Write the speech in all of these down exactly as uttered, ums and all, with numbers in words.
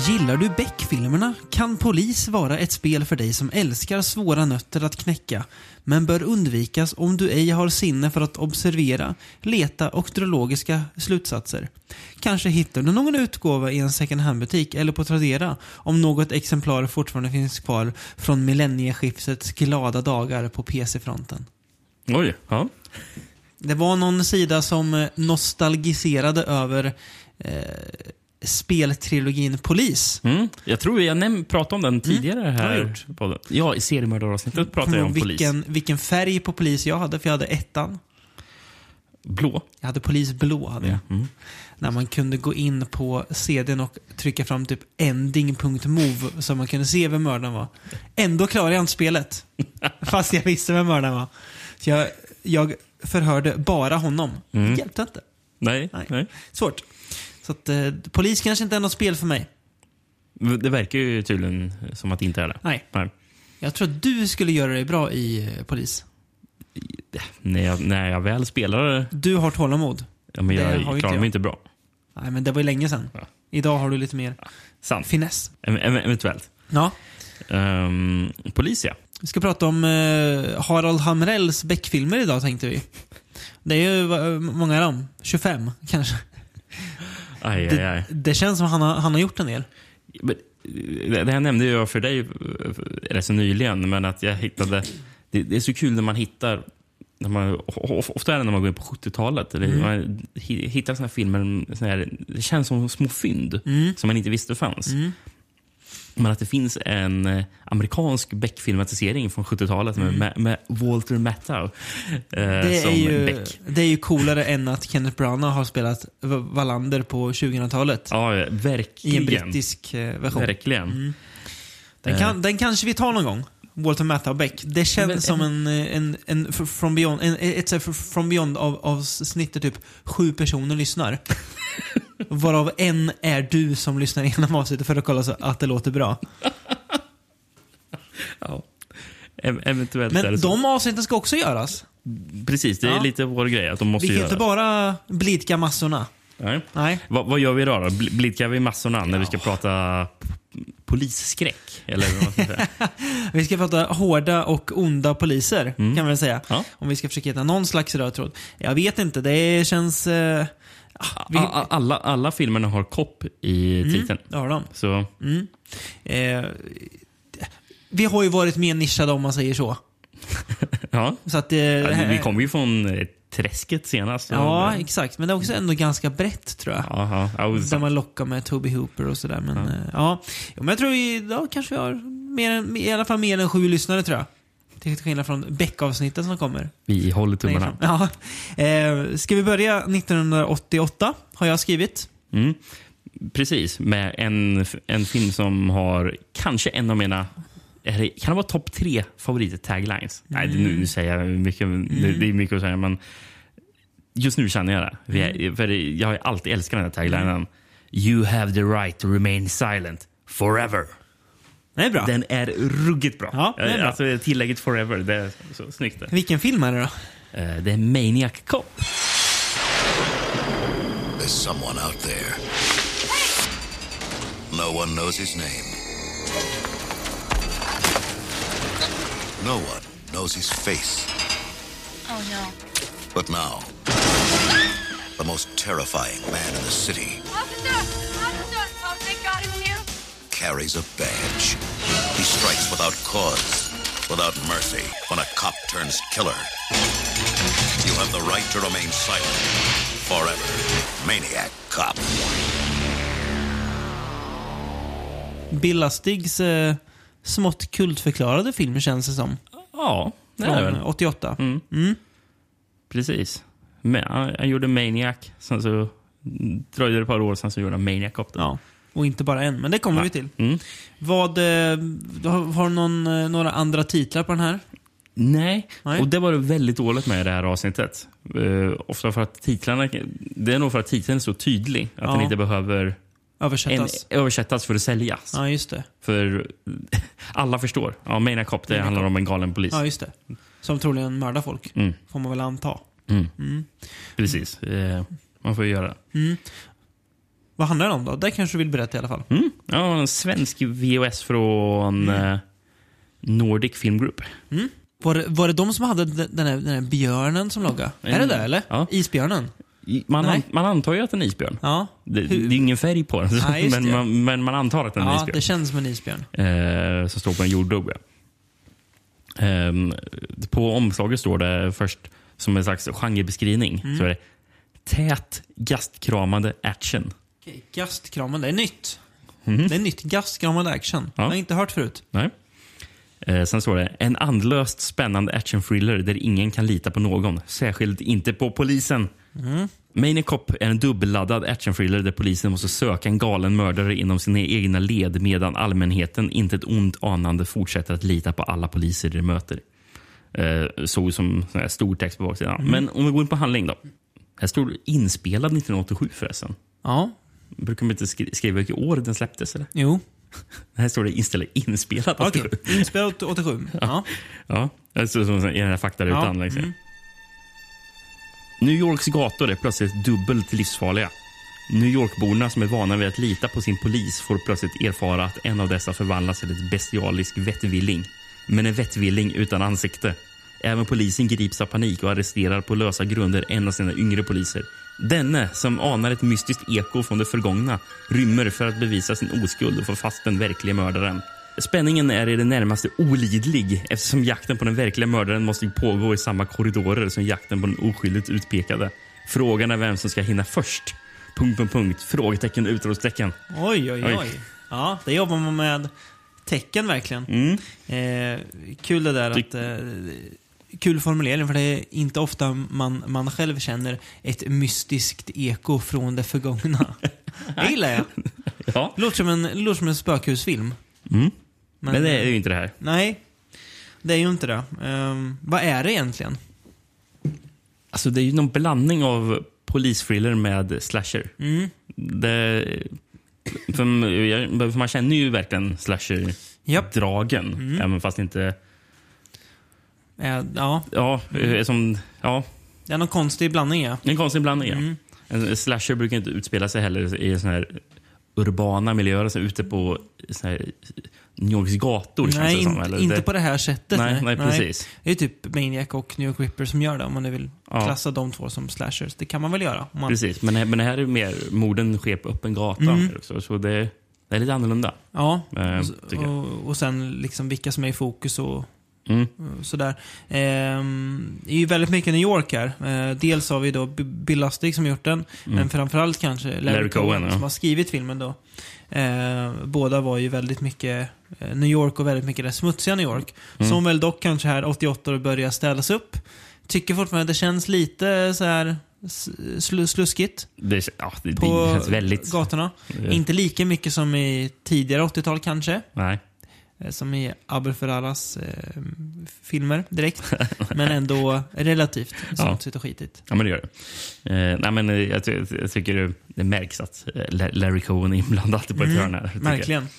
Gillar du Beck-filmerna kan Polis vara ett spel för dig som älskar svåra nötter att knäcka, men bör undvikas om du ej har sinne för att observera, leta och dra logiska slutsatser. Kanske hittar du någon utgåva i en second hand-butik eller på Tradera om något exemplar fortfarande finns kvar från millennieskiftets glada dagar på P C-fronten. Oj, ja. Det var någon sida som nostalgiserade över eh, speltrilogin Polis. Mm. Jag tror jag näm- pratade om den tidigare mm. här. På, ja, i seriemördaravsnittet pratade jag om vilken, Polis. Vilken färg på Polis jag hade, för jag hade ettan. Blå? Jag hade Polis blå, hade jag. Mm. När man kunde gå in på C D:n och trycka fram typ ending punkt move så man kunde se vem mördaren var. Ändå klarade jag inte spelet. Fast jag visste vem mördaren var. Så jag, jag förhörde bara honom. Mm. Det hjälpte inte. Nej, nej. nej. Svårt. Så att eh, Polis kanske inte är något spel för mig. Det verkar ju tydligen som att det inte är det. Nej. nej. Jag tror att du skulle göra dig bra i eh, Polis. När jag, när jag väl spelar... Du har tålamod. Ja, men jag klarar inte mig inte bra. Nej, men det var ju länge sedan. Ja. Idag har du lite mer ja, sant. finess. Ev- ev- eventuellt. Ja. Um, Polis, ja. Vi ska prata om eh, Harald Hamrells Beck-filmer idag, tänkte vi. Det är ju uh, många av dem. tjugofem, kanske. Aj, aj, aj. Det, det känns som han har, han har gjort en del. Men, det, det här nämnde jag för dig rätt så nyligen, men att jag hittade... Det, det är så kul när man hittar... När man, ofta är det när man går in på sjuttiotalet. Eller mm. man hittar såna här filmer... Såna här, det känns som små fynd mm. som man inte visste fanns. Mm. Men att det finns en amerikansk Beck-filmatisering från sjuttiotalet mm. med, med Walter Matthau eh, det som är ju, Beck. Det är ju coolare än att Kenneth Branagh har spelat Wallander på tjugohundratalet. Ja, verkligen. I en brittisk eh, version. Verkligen. Mm. Den, kan, eh. den kanske vi tar någon gång. Walter Matthau Beck. Det känns men, som en, en, en From Beyond en, ett, ett From Beyond av, av snittet typ sju personer lyssnar. Varav en är du som lyssnar igenom avsnittet för att kolla så att det låter bra. Ja. Eventuellt men är det de så. avsnitten ska också göras. Precis, det är ja. lite vår grej att de måste vi kan göras. inte bara blidka massorna. Nej. Nej. Va, vad gör vi idag då? Bl- blidkar vi massorna när ja. vi ska prata p- polisskräck? Eller vad ska säga? Vi ska prata hårda och onda poliser, mm. kan man väl säga. Ja. Om vi ska försöka hitta någon slags röd tråd. Jag vet inte, det känns... Eh, vi... alla, alla filmerna har kopp i mm. titeln. Det har de. Så. Mm. Eh, vi har ju varit mer nischade om man säger så. Ja. Så att, eh, ja, vi kommer ju från träsket senast. Ja, exakt. Men det är också ändå ganska brett, tror jag. Aha, där man lockar med Toby Hooper och sådär. Men, ja. Ja. Ja, men jag tror vi ja, kanske vi har mer än, i alla fall mer än sju lyssnare, tror jag. Till skillnad från Beck-avsnittet som kommer. Vi håller tummarna. Ja. Eh, ska vi börja nittonhundraåttioåtta, har jag skrivit. Mm. Precis, med en, en film som har kanske en av mina... Är det, kan det vara topp tre favorit-taglines? Mm. Nej, nu, nu säger jag mycket, mm. det, det är mycket att säga, men just nu känner jag det. Mm. För jag har alltid älskat den här taglinen. Mm. You have the right to remain silent forever. Det är bra. Den är ruggigt bra. Ja, det är bra. Alltså, tillägget forever, det är så snyggt. Vilken film är det då? Uh, det är Maniac Cop. There's someone out there. No one knows his name. No one knows his face. Oh, no. But now, the most terrifying man in the city Officer! Officer! Oh, thank God it's you. carries a badge. He strikes without cause, without mercy, when a cop turns killer. You have the right to remain silent forever. Maniac Cop. Bill Lustigs eh, smått kultförklarade film, känns det som. Ja, det är det väl. åttioåtta. Mm. Mm. Precis. Men, han, han gjorde Maniac. Sen så dröjde det ett par år sen så gjorde han Maniac Cop. Ja, och inte bara en. Men det kommer ja. vi till. Mm. Vad, eh, har du någon, eh, några andra titlar på den här? Nej. Nej, och det var det väldigt dåligt med i det här avsnittet. Uh, ofta för att titlarna, det är nog för att titeln är så tydlig att ja. den inte behöver översättas. En, översättas för att säljas. Ja, just det. För alla förstår. Ja, Maniac Cop, det Maniac handlar Cop. om en galen polis. Ja, just det. Som troligen mördar folk. Mm. Får man väl anta. Mm. Mm. Precis. Uh, man får ju göra det. Mm. Vad handlar det om då? Det kanske du vill berätta i alla fall. Mm. Ja, en svensk V H S från mm. eh, Nordic Film Group. Mm. Var, det, var det de som hade den här, den här björnen som logga? Mm. Är det där eller? Ja. Isbjörnen? Man, an, man antar ju att det är en isbjörn. Ja. Det, det är ingen färg på den, ja, men, man, men man antar att det är en ja, isbjörn. Ja, det känns som en isbjörn. Eh, som står på en jorddubbe. Eh, på omslaget står det först som en slags genrebeskrivning. Mm. Så är det tät, gastkramande action. Okej, gastkramande. Det är nytt. Mm. Det är nytt. Gastkramande action. Ja. Jag har inte hört förut. Nej. Eh, sen står det en andlöst spännande actionthriller där ingen kan lita på någon. Särskilt inte på polisen. Mm. Maniac Cop är en dubbelladdad actionthriller där polisen måste söka en galen mördare inom sina egna led medan allmänheten inte ett ont anande fortsätter att lita på alla poliser de möter. Eh, så som sån här stor text på baksidan. Mm. Men om vi går in på handling då. Här står det inspelad nittonhundraåttiosju förresten. Ja. Brukar man inte skri- skriva vilket år den släpptes eller? Jo. Här står det inställd, inspelad åttiosju. Okay. Inspelad åttiosju. Ja. Ja, det är så som i den här faktarutan. Ja. Liksom. Mm. New Yorks gator är plötsligt dubbelt livsfarliga. New York-borna som är vana vid att lita på sin polis får plötsligt erfara att en av dessa förvandlas till ett bestialisk vettvilling. Men en vettvilling utan ansikte. Även polisen grips av panik och arresterar på lösa grunder en av sina yngre poliser. Denne, som anar ett mystiskt eko från det förgångna, rymmer för att bevisa sin oskuld och få fast den verkliga mördaren. Spänningen är i det närmaste olidlig eftersom jakten på den verkliga mördaren måste pågå i samma korridorer som jakten på den oskyldigt utpekade. Frågan är vem som ska hinna först. Punkt, punkt, punkt. Frågetecken, utropstecken. Oj, oj, oj, oj. Ja, det jobbar man med tecken verkligen. Mm. Eh, kul det där att... Eh, kul formulering, för det är inte ofta man, man själv känner ett mystiskt eko från det förgångna. Det gillar jag. Ja. Låter som en, låter som en spökhusfilm. Mm. Men, Men det är ju inte det här. Nej, det är ju inte det. Um, vad är det egentligen? Alltså det är ju någon blandning av polisthriller med slasher. Mm. Det, för, för man känner ju verkligen slasher-dragen. Yep. Mm. Även fast inte... Äh, ja. Ja, mm. som... Ja. Det är någon konstig blandning, ja. En konstig blandning, mm. ja. En slasher brukar inte utspela sig heller i sån här urbana miljöer, alltså ute på sån här New Yorks gator. Nej, in, som, eller? inte det... på det här sättet. Nej, nej, nej, precis. Det är typ Maniac och New York Ripper som gör det, om man vill ja. klassa de två som slashers. Det kan man väl göra. Om man... Precis, men, men det här är mer morden sker på öppen gata. Mm. Också, så det, det är lite annorlunda. Ja, äh, och, och, och sen liksom vilka som är i fokus och Mm. sådär. Ehm, det är ju väldigt mycket New York här. Ehm, dels har vi då Bill Lustig som gjort den, mm. men framförallt kanske Larry, Larry Cohen, Cohen ja. som har skrivit filmen då. Ehm, båda var ju väldigt mycket New York och väldigt mycket det smutsiga New York. Mm. Som väl dock kanske här åttioåtta börjar ställas upp. Tycker fortfarande det känns lite så här sl- sluskigt. Det, ja, det, det på känns väldigt gatorna. Det. Inte lika mycket som i tidigare åttiotal kanske. Nej. Som i Abel Ferraras eh, filmer direkt. Men ändå relativt smutsigt och skitigt. Ja, men det gör det. Eh, nej, men jag, ty- jag tycker det, det märks att Larry Cohen är inblandad på ett hörn här. Verkligen.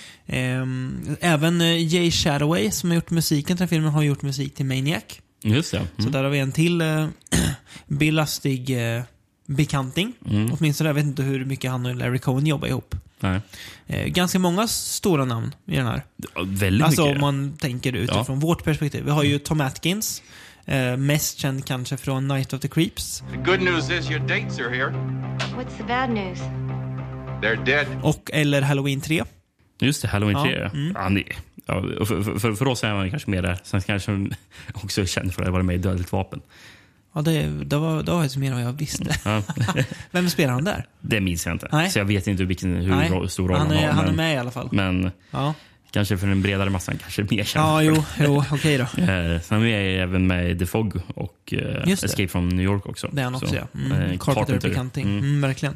Eh, även eh, Jay Shadoway som har gjort musiken till den filmen har gjort musik till Maniac. Just det. Mm. Så där har vi en till eh, Bill Lustig eh, bekanting. Mm. Åtminstone jag vet inte hur mycket han och Larry Cohen jobbar ihop. Nej. Eh, ganska många stora namn i den här. Ja, väldigt alltså mycket. Om man tänker utifrån ja. vårt perspektiv. Vi har ju Tom Atkins, eh, mest känd kanske från Night of the Creeps. The good news is your dates are here. What's the bad news? They're dead. Och eller Halloween tre. Just det, Halloween tre. Ja. Mm. Ja, nej. Ja, för, för, för oss är man kanske mer där. Sen kanske också känd för att vara med i Dödligt vapen. Ja, det, det var det var ju mer än jag visste. Ja. Vem spelar han där? Det minns jag inte. Nej. Så jag vet inte vilken, hur Nej. stor roll han, han är, har. Han men, är med i alla fall. Men ja. kanske för den bredare massan kanske mer känd. Ja, jo, jo okej då. Eh, sen är jag även med i The Fog och eh, Escape from New York också. Det är han också, så, ja. Mm. Eh, Carpenter bekanting. Mm. Mm, verkligen.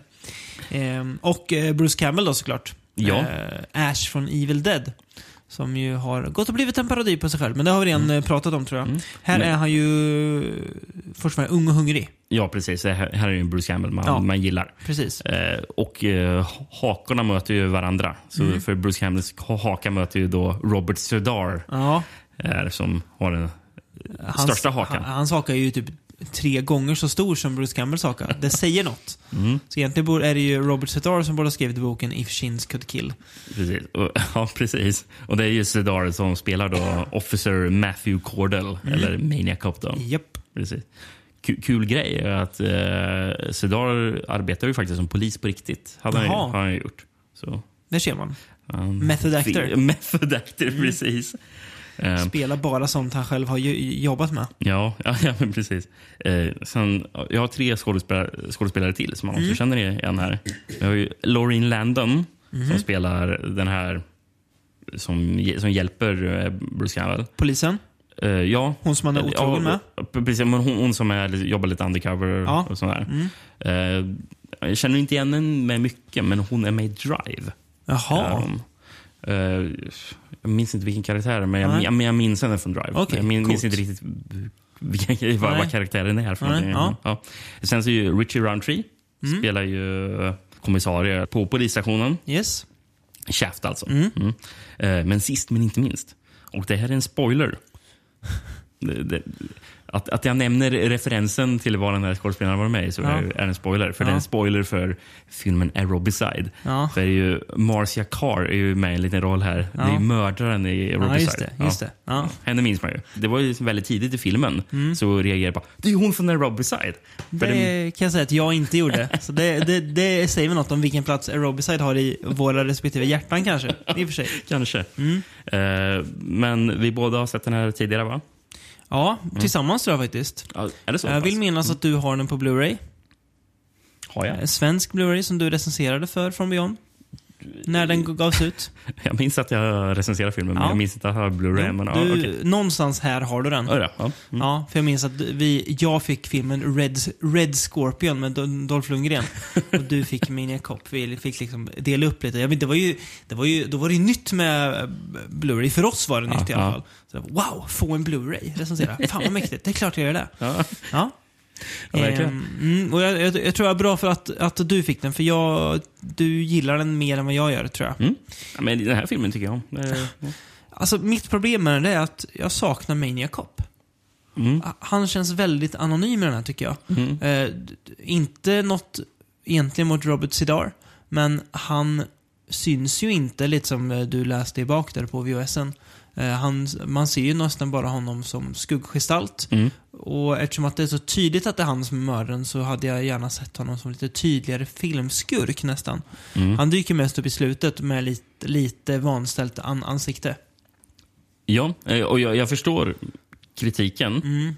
Eh, och eh, Bruce Campbell då såklart. Ja. Eh, Ash från Evil Dead. Som ju har gått och blivit en parodi på sig själv. Men det har vi redan mm. pratat om, tror jag. Mm. Här Men... är han ju fortfarande ung och hungrig. Ja, precis. Här, här är ju Bruce Campbell man, ja. man gillar. Precis. Eh, och eh, hakorna möter ju varandra. Så mm. för Bruce Campbells haka möter ju då Robert Serdar. Ja. Är, som har den hans, största hakan. Hans haka är ju typ tre gånger så stor som Bruce Campbells haka. Det säger något. Mm. Så egentligen borde- är det ju Robert Sedar som borde ha skrivit boken If Shins Could Kill. Precis. Och, ja, precis. Och det är ju Sedar som spelar då Officer Matthew Cordell, eller Maniac Cop då. Japp. Precis. Kul, kul grej är att eh, Sedar arbetar ju faktiskt som polis på riktigt. Hade han, ju, Jaha. har han ju gjort. Så, Där ser man. um, Method actor. Method actor, precis. Eh, Spelar bara sånt han själv har ju- jobbat med. Ja, ja, ja men precis. Eh, sen, jag har tre skådespelare, skådespelare till som man också känner igen här. Jag har ju Lauren Landon som spelar den här som, som hjälper eh, Bruce Campbell. Polisen. Eh, ja. Hon som han är otrogen med. Ja, precis, men hon, hon som är, jobbar lite undercover Ja. och sådär. Eh, jag känner inte igen henne med mycket, men hon är med i Drive. Jaha. Um, eh, jag minns inte vilken karaktär, men Nej. jag, men jag minns henne från Drive. Okej, jag min, minns coolt. inte riktigt vilken, vad, Nej. vad karaktären är för Nej, någonting. ja. Ja. Sen så är ju Richie Roundtree spelar ju kommissarie på polisstationen. Yes. Shaft alltså. Mm. Eh, men sist men inte minst. Och det här är en spoiler. det, det, att, att jag nämner referensen till vad den här skådespelaren var med i så Ja. är, är en spoiler. För Ja. det är en spoiler för filmen Aerobicide. Ja. För det är ju Marcia Carr är ju med i en liten roll här. Ja. Det är ju mördaren i Ja, Aerobicide. just det. Just det. Ja. Henne minns man ju. Det var ju väldigt tidigt i filmen. Så reagerade jag på, det är ju hon från Aerobicide. För den- Det kan jag säga att jag inte gjorde. Så det, det, det säger väl något om vilken plats Aerobicide har i våra respektive hjärtan kanske. I och för sig. Kanske. Eh, men vi båda har sett den här tidigare, va? Ja, tillsammans tror jag faktiskt. Ja, är det så? Jag vill pass? minnas att du har den på Blu-ray. Har jag? En svensk Blu-ray som du recenserade för From Beyond. När den g- gavs ut. Jag minns att jag recenserade filmen, men Ja. jag minns inte att jag har Blu-ray. Men, ja, du, okej. Någonstans här har du den. Ja, ja. Mm. Ja, för jag minns att vi, jag fick filmen Red, Red Scorpion med Do- Dolph Lundgren. Och du fick Maniac Cop. Vi fick liksom dela upp lite. Jag vet, det var ju, det var ju, då var det ju nytt med eh, Blu-ray. För oss var det nytt Ja, i alla ja. fall. Så det var, wow, få en Blu-ray. Recensera. Fan vad mäktigt. Det är klart jag gör det. Ja. Ja. Ja, verkligen. Ehm, mm, och jag, jag, jag tror jag är bra för att, att du fick den. För jag, du gillar den mer än vad jag gör, tror jag. Mm. Ja, men den här filmen tycker jag om. Eh, ja. Alltså, mitt problem med den är att jag saknar Maniac Cop. Mm. Han känns väldigt anonym i den här, tycker jag. Mm. Eh, d- inte något egentligen mot Robert Sedar, men han syns ju inte, lite som eh, du läste i bak där på V H S:en. Eh, han, man ser ju nästan bara honom som skuggestalt. Mm. Och eftersom att det är så tydligt att det är han som är mördaren, så hade jag gärna sett honom som lite tydligare filmskurk nästan. Mm. Han dyker mest upp i slutet med lite, lite vanställt an- ansikte. Ja, eh, och jag, jag förstår kritiken. Mm.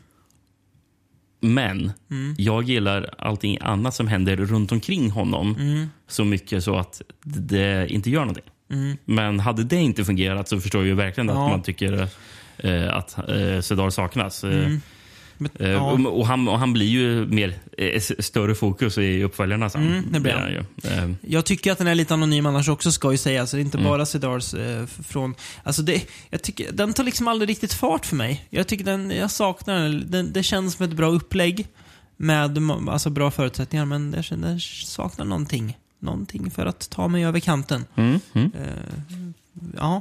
Men jag gillar allting annat som händer runt omkring honom Mm. så mycket så att det inte gör någonting. Mm. Men hade det inte fungerat så förstår jag ju verkligen Ja. att man tycker eh, att eh, Sedar saknas. Eh, Mm. Men, eh, ja. och, och, han, och han blir ju mer eh, s- större fokus i uppföljarna sen. Mm, det blir han. är ju. Eh, Jag tycker att den är lite anonym annars också, ska ju säga. Alltså, det är inte bara Sedars eh, f- från... Alltså det, jag tycker, den tar liksom aldrig riktigt fart för mig. Jag tycker den, jag saknar den. den. Det känns som ett bra upplägg med m- alltså bra förutsättningar, men det, känner- den saknar någonting. Någonting för att ta mig över kanten. mm, mm. Eh, ja.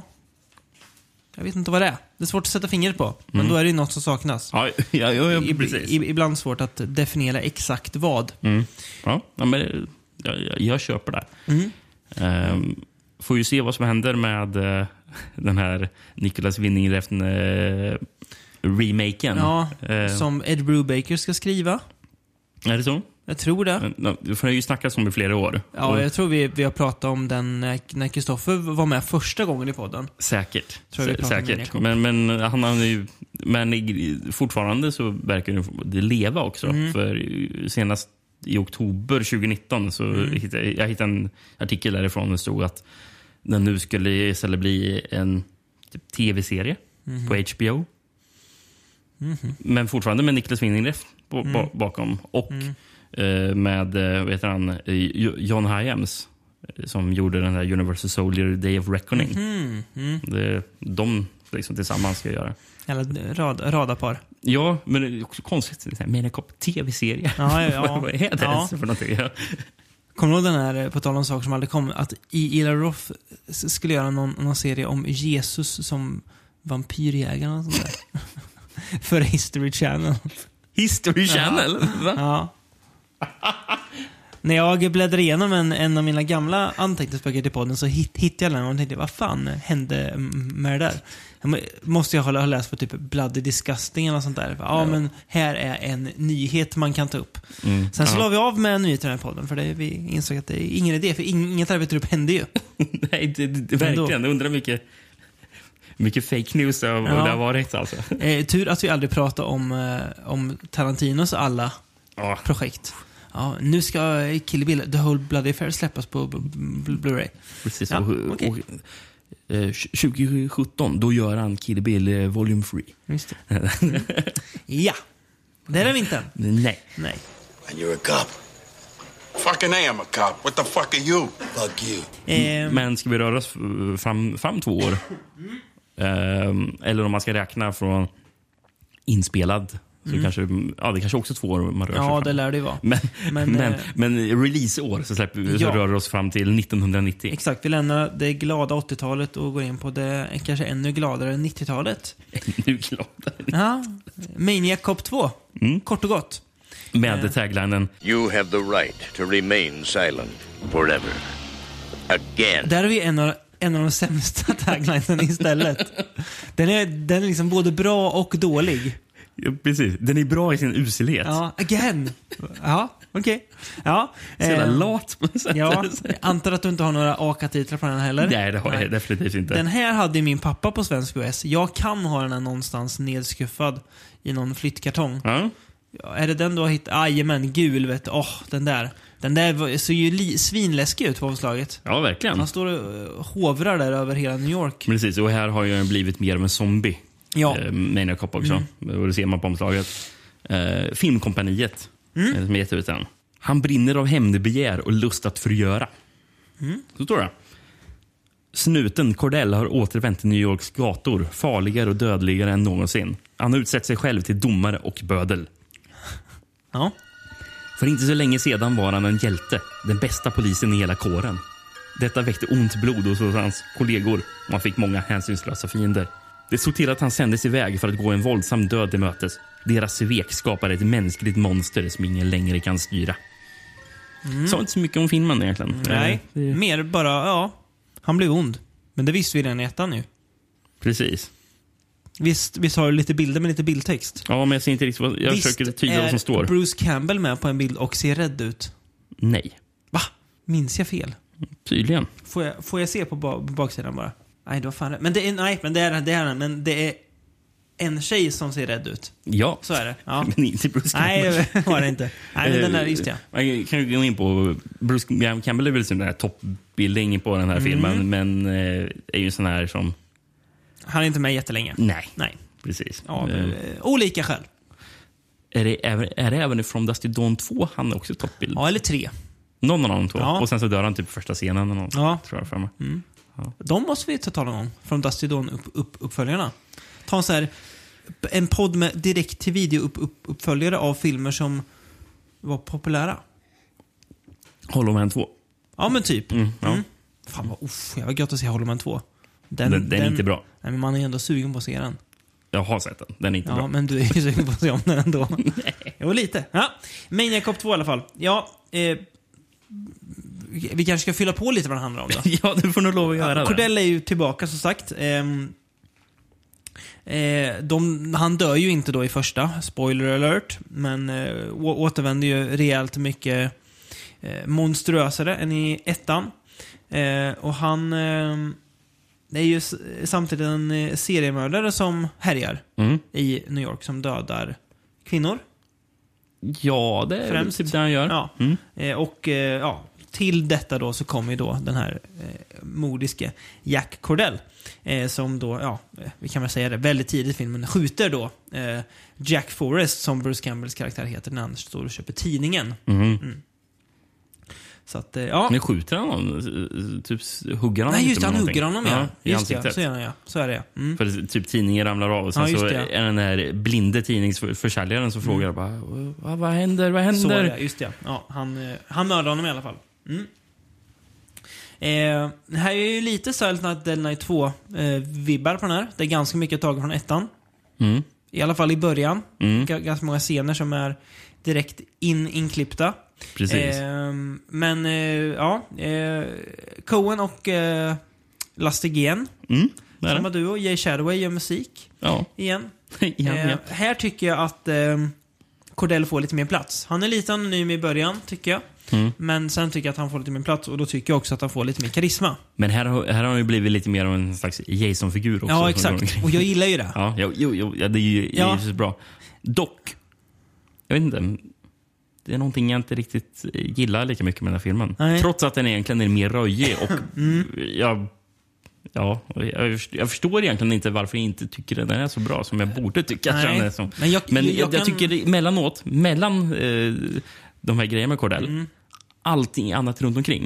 Jag vet inte vad det är. Det är svårt att sätta fingret på. Men då är det ju något som saknas. Ja, ja, ja, ja I, precis. i, ibland svårt att definiera exakt vad. Mm. Ja, ja, men jag, jag, jag köper det. Mm. Ehm, får ju se vad som händer med eh, den här Nicholas Winding Refn eh, remaken. Ja, Eh, som Ed Brubaker ska skriva. Är det så? Jag tror det. Ja, det har ju snackats om i flera år. Ja, Och jag tror vi, vi har pratat om den när när Kristoffer var med första gången i podden. säkert. Tror jag vi Sä- pratar om säkert. Maniac Cop. Men, men, han har ju, men i- fortfarande så verkar det leva också. Mm. För senast i oktober tjugonitton så Mm. hittade jag hittade en artikel därifrån det stod att den nu skulle istället bli en typ, tv-serie Mm. på H B O. Mm-hmm. Men fortfarande med Nicholas Winding Refn på, Mm. ba, bakom. Och eh, med eh, vad heter han, eh, Jo- John Hyams eh, som gjorde den här Universal Soldier Day of Reckoning. Mm. Mm. Det, de liksom tillsammans ska göra. Eller rad, radarpar. Ja, men det är också konstigt. Det är Maniac Cop tv-serie. Ja, ja, ja. vad, vad är det Ja. ens för någonting? Ja. Kommer du ihåg den här, eh, på tal om saker som aldrig kom, att I- Ila Roth s- skulle göra någon, någon serie om Jesus som vampyrjägaren och sånt där. För History Channel. History Channel? Va? Ja. När jag bläddrar igenom en, en av mina gamla anteckningsböcker till podden så hit, hittade jag den och tänkte, vad fan hände med det där? Jag måste jag ha läst på typ Bloody Disgusting eller sånt där. Ja, ja, men här är en nyhet man kan ta upp. Mm. Sen så ja. la vi av med nyheterna i podden, för det, vi insåg att det är ingen idé, för inget där vi tar upp hände ju. Nej, det, det, verkligen. Jag undrar mycket, mycket fake news av ja. det har varit alltså. Eh, tur att vi aldrig pratar om, eh, om Tarantinos alla ja. projekt. Ja, nu ska Kill Bill, The Whole Bloody Affair släppas på Blu-ray. Precis, ja, och, okay. och eh, tjugo sjutton, då gör han Kill Bill eh, Volume tre. Just det. Mm. Ja, det är det inte. Nej. Nej. And you're a cop. Fucking I am a cop. What the fuck are you? Fuck you. Eh, Men ska vi röra oss fram, fram två år? Eh, eller om man ska räkna från inspelad. Så mm. kanske, ja, det kanske också två år man rör sig Ja, fram. det lär det ju vara. Men, men, men, eh, men releaseår så, släpper, ja. så rör vi oss fram till nittonhundranittio. Exakt, vi lämnar det glada åttiotalet och går in på det kanske ännu gladare nittiotalet. Ännu gladare? Ja, Maniac Cop två. Mm. Kort och gott. Med eh. taglinen You have the right to remain silent forever. Again. Där är vi en av en av de sämsta taglinesen istället. Den är, den är liksom både bra och dålig. Ja, precis. Den är bra i sin uselhet. Ja, again. Ja, okej. Okay. Ja. Så jävla eh, lat på något sätt. Ja, jag antar att du inte har några A K-titlar på den heller. Nej, det har Nej. jag definitivt inte. Den här hade min pappa på Svensk U S. Jag kan ha den här någonstans nedskuffad i någon flyttkartong. Ja. Ja, är det den du har hittat? Ajamän, gul, vet du. Åh, oh, den där. Den där ser ju li- svinläskig ut på omslaget. Ja, verkligen. Han står och hovrar där över hela New York. Precis, och här har ju blivit mer av en zombie. Ja. Eh, Maniac Cop också. Mm. Och det ser man på omslaget. Eh, Filmkompaniet. Mm. Som är jätteutan. Han brinner av hämndbegär och lust att förgöra. Mm. Så står det. Snuten Cordell har återvänt till New Yorks gator. Farligare och dödligare än någonsin. Han har utsett sig själv till domare och bödel. Ja. För inte så länge sedan var han en hjälte. Den bästa polisen i hela kåren. Detta väckte ont blod hos hans kollegor. Och han fick många hänsynslösa fiender. Det såg till att han sändes iväg för att gå en våldsam död till mötes. Deras svek skapade ett mänskligt monster som ingen längre kan styra. Mm. Så inte så mycket om filmen egentligen. Nej, det... mer bara, ja, han blev ond. Men det visste vi redan i ettan nu. Precis. Visst, visst har du lite bilder med lite bildtext. Ja, men jag ser inte riktigt vad, jag visst försöker tyda vad som står. Bruce Campbell med på en bild och ser rädd ut? Nej. Va? Minns jag fel? Tydligen. Får jag, får jag se på, ba- på baksidan bara? Nej, det var fan rätt. Men det är, nej, men det är, det är, men det är en tjej som ser rädd ut. Ja. Så är det. Ja. Men inte Bruce Campbell. Nej, det var det inte. Nej, men den där, just det. Man kan ju gå in på Bruce Campbell är väl som den här toppbildning på den här mm. filmen, men är ju en sån här som... Han är inte med jättelänge. Nej. Nej. Precis. Ja, uh, olika skäl. Är det, är, är det även From Dusty Dawn två han är också toppbild? Ja, eller tre. Någon av de två. Ja. Och sen så dör han typ första scenen eller något, ja. tror jag för mig. Mm. Ja. De måste vi ta tala om. From Dusty Dawn upp, upp, uppföljarna. Ta en så här en podd med direkt till video upp, upp, uppföljare av filmer som var populära. Hollow Man två. Ja, men typ. Mm, ja. Mm. Fan vad uff, jag var gött att se Hollow Man två. Den, den, den är inte bra. Nej, men man är ändå sugen på att se den. Jag har sett den. Den är inte ja, bra. Ja, men du är ju sugen på att se om den ändå. Nej. Jo, lite. Ja. Maniac Cop två i alla fall. Ja, eh, vi kanske ska fylla på lite vad det handlar om då. Ja, du får nog lov att göra ja, Cordell är ju tillbaka, som sagt. Eh, eh, de, han dör ju inte då i första. Spoiler alert. Men eh, återvänder ju rejält mycket eh, monstruösare än i ettan. Eh, och han... Eh, Det är ju samtidigt en seriemördare som härjar mm. i New York, som dödar kvinnor. Ja, det är främst typ det han gör. Ja. Mm. Eh, och eh, ja, till detta då så kommer ju då den här eh, modiske Jack Cordell. Eh, som då, ja, vi kan väl säga det, väldigt tidigt i filmen skjuter då eh, Jack Forrest, som Bruce Campbells karaktär heter, när han står och köper tidningen. Mm. Mm. Så att, ja. Men skjuter han honom? Typ hugger han? Nej, just det, han hugger honom, ja. ja Just det, så är han, ja. Så är det, mm. För typ tidningen ramlar av och sen ja, så är ja. den där blinde tidningsförsäljaren som mm. frågar bara, vad, vad händer, vad händer? Så är det, just det. Ja, han, han mördar honom i alla fall. Mm. Eh, det här är ju lite Silent Night, Deadly Night två-vibbar eh, på den här. Det är ganska mycket taget från ettan. Mm. I alla fall i början. Mm. G- ganska många scener som är direkt in inklippta. Precis. Eh, men eh, ja, eh, Coen och eh, Lastegien, Mm, det är samma det. duo, Jay Chataway gör musik Ja. igen. Igen, eh, ja. Här tycker jag att eh, Cordell får lite mer plats. Han är lite anonym i början, tycker jag. Mm. Men sen tycker jag att han får lite mer plats och då tycker jag också att han får lite mer karisma. Men här, har- här har han ju blivit lite mer av en slags Jason-figur också. Ja, exakt. Och jag gillar ju det. Ja, jo, jo, jo, ja, det är ju det är Ja. ju så bra. Dock, jag vet inte. Det är någonting jag inte riktigt gillar lika mycket med den här filmen. Nej. Trots att den egentligen är mer röjig. Och Mm. jag, ja, jag, jag förstår egentligen inte varför jag inte tycker att den är så bra som jag borde tycka. Nej. att den är som. Men jag- Men jag jag, jag kan- tycker det, emellanåt, mellan eh, de här grejerna med Cordell, Mm. allting annat runt omkring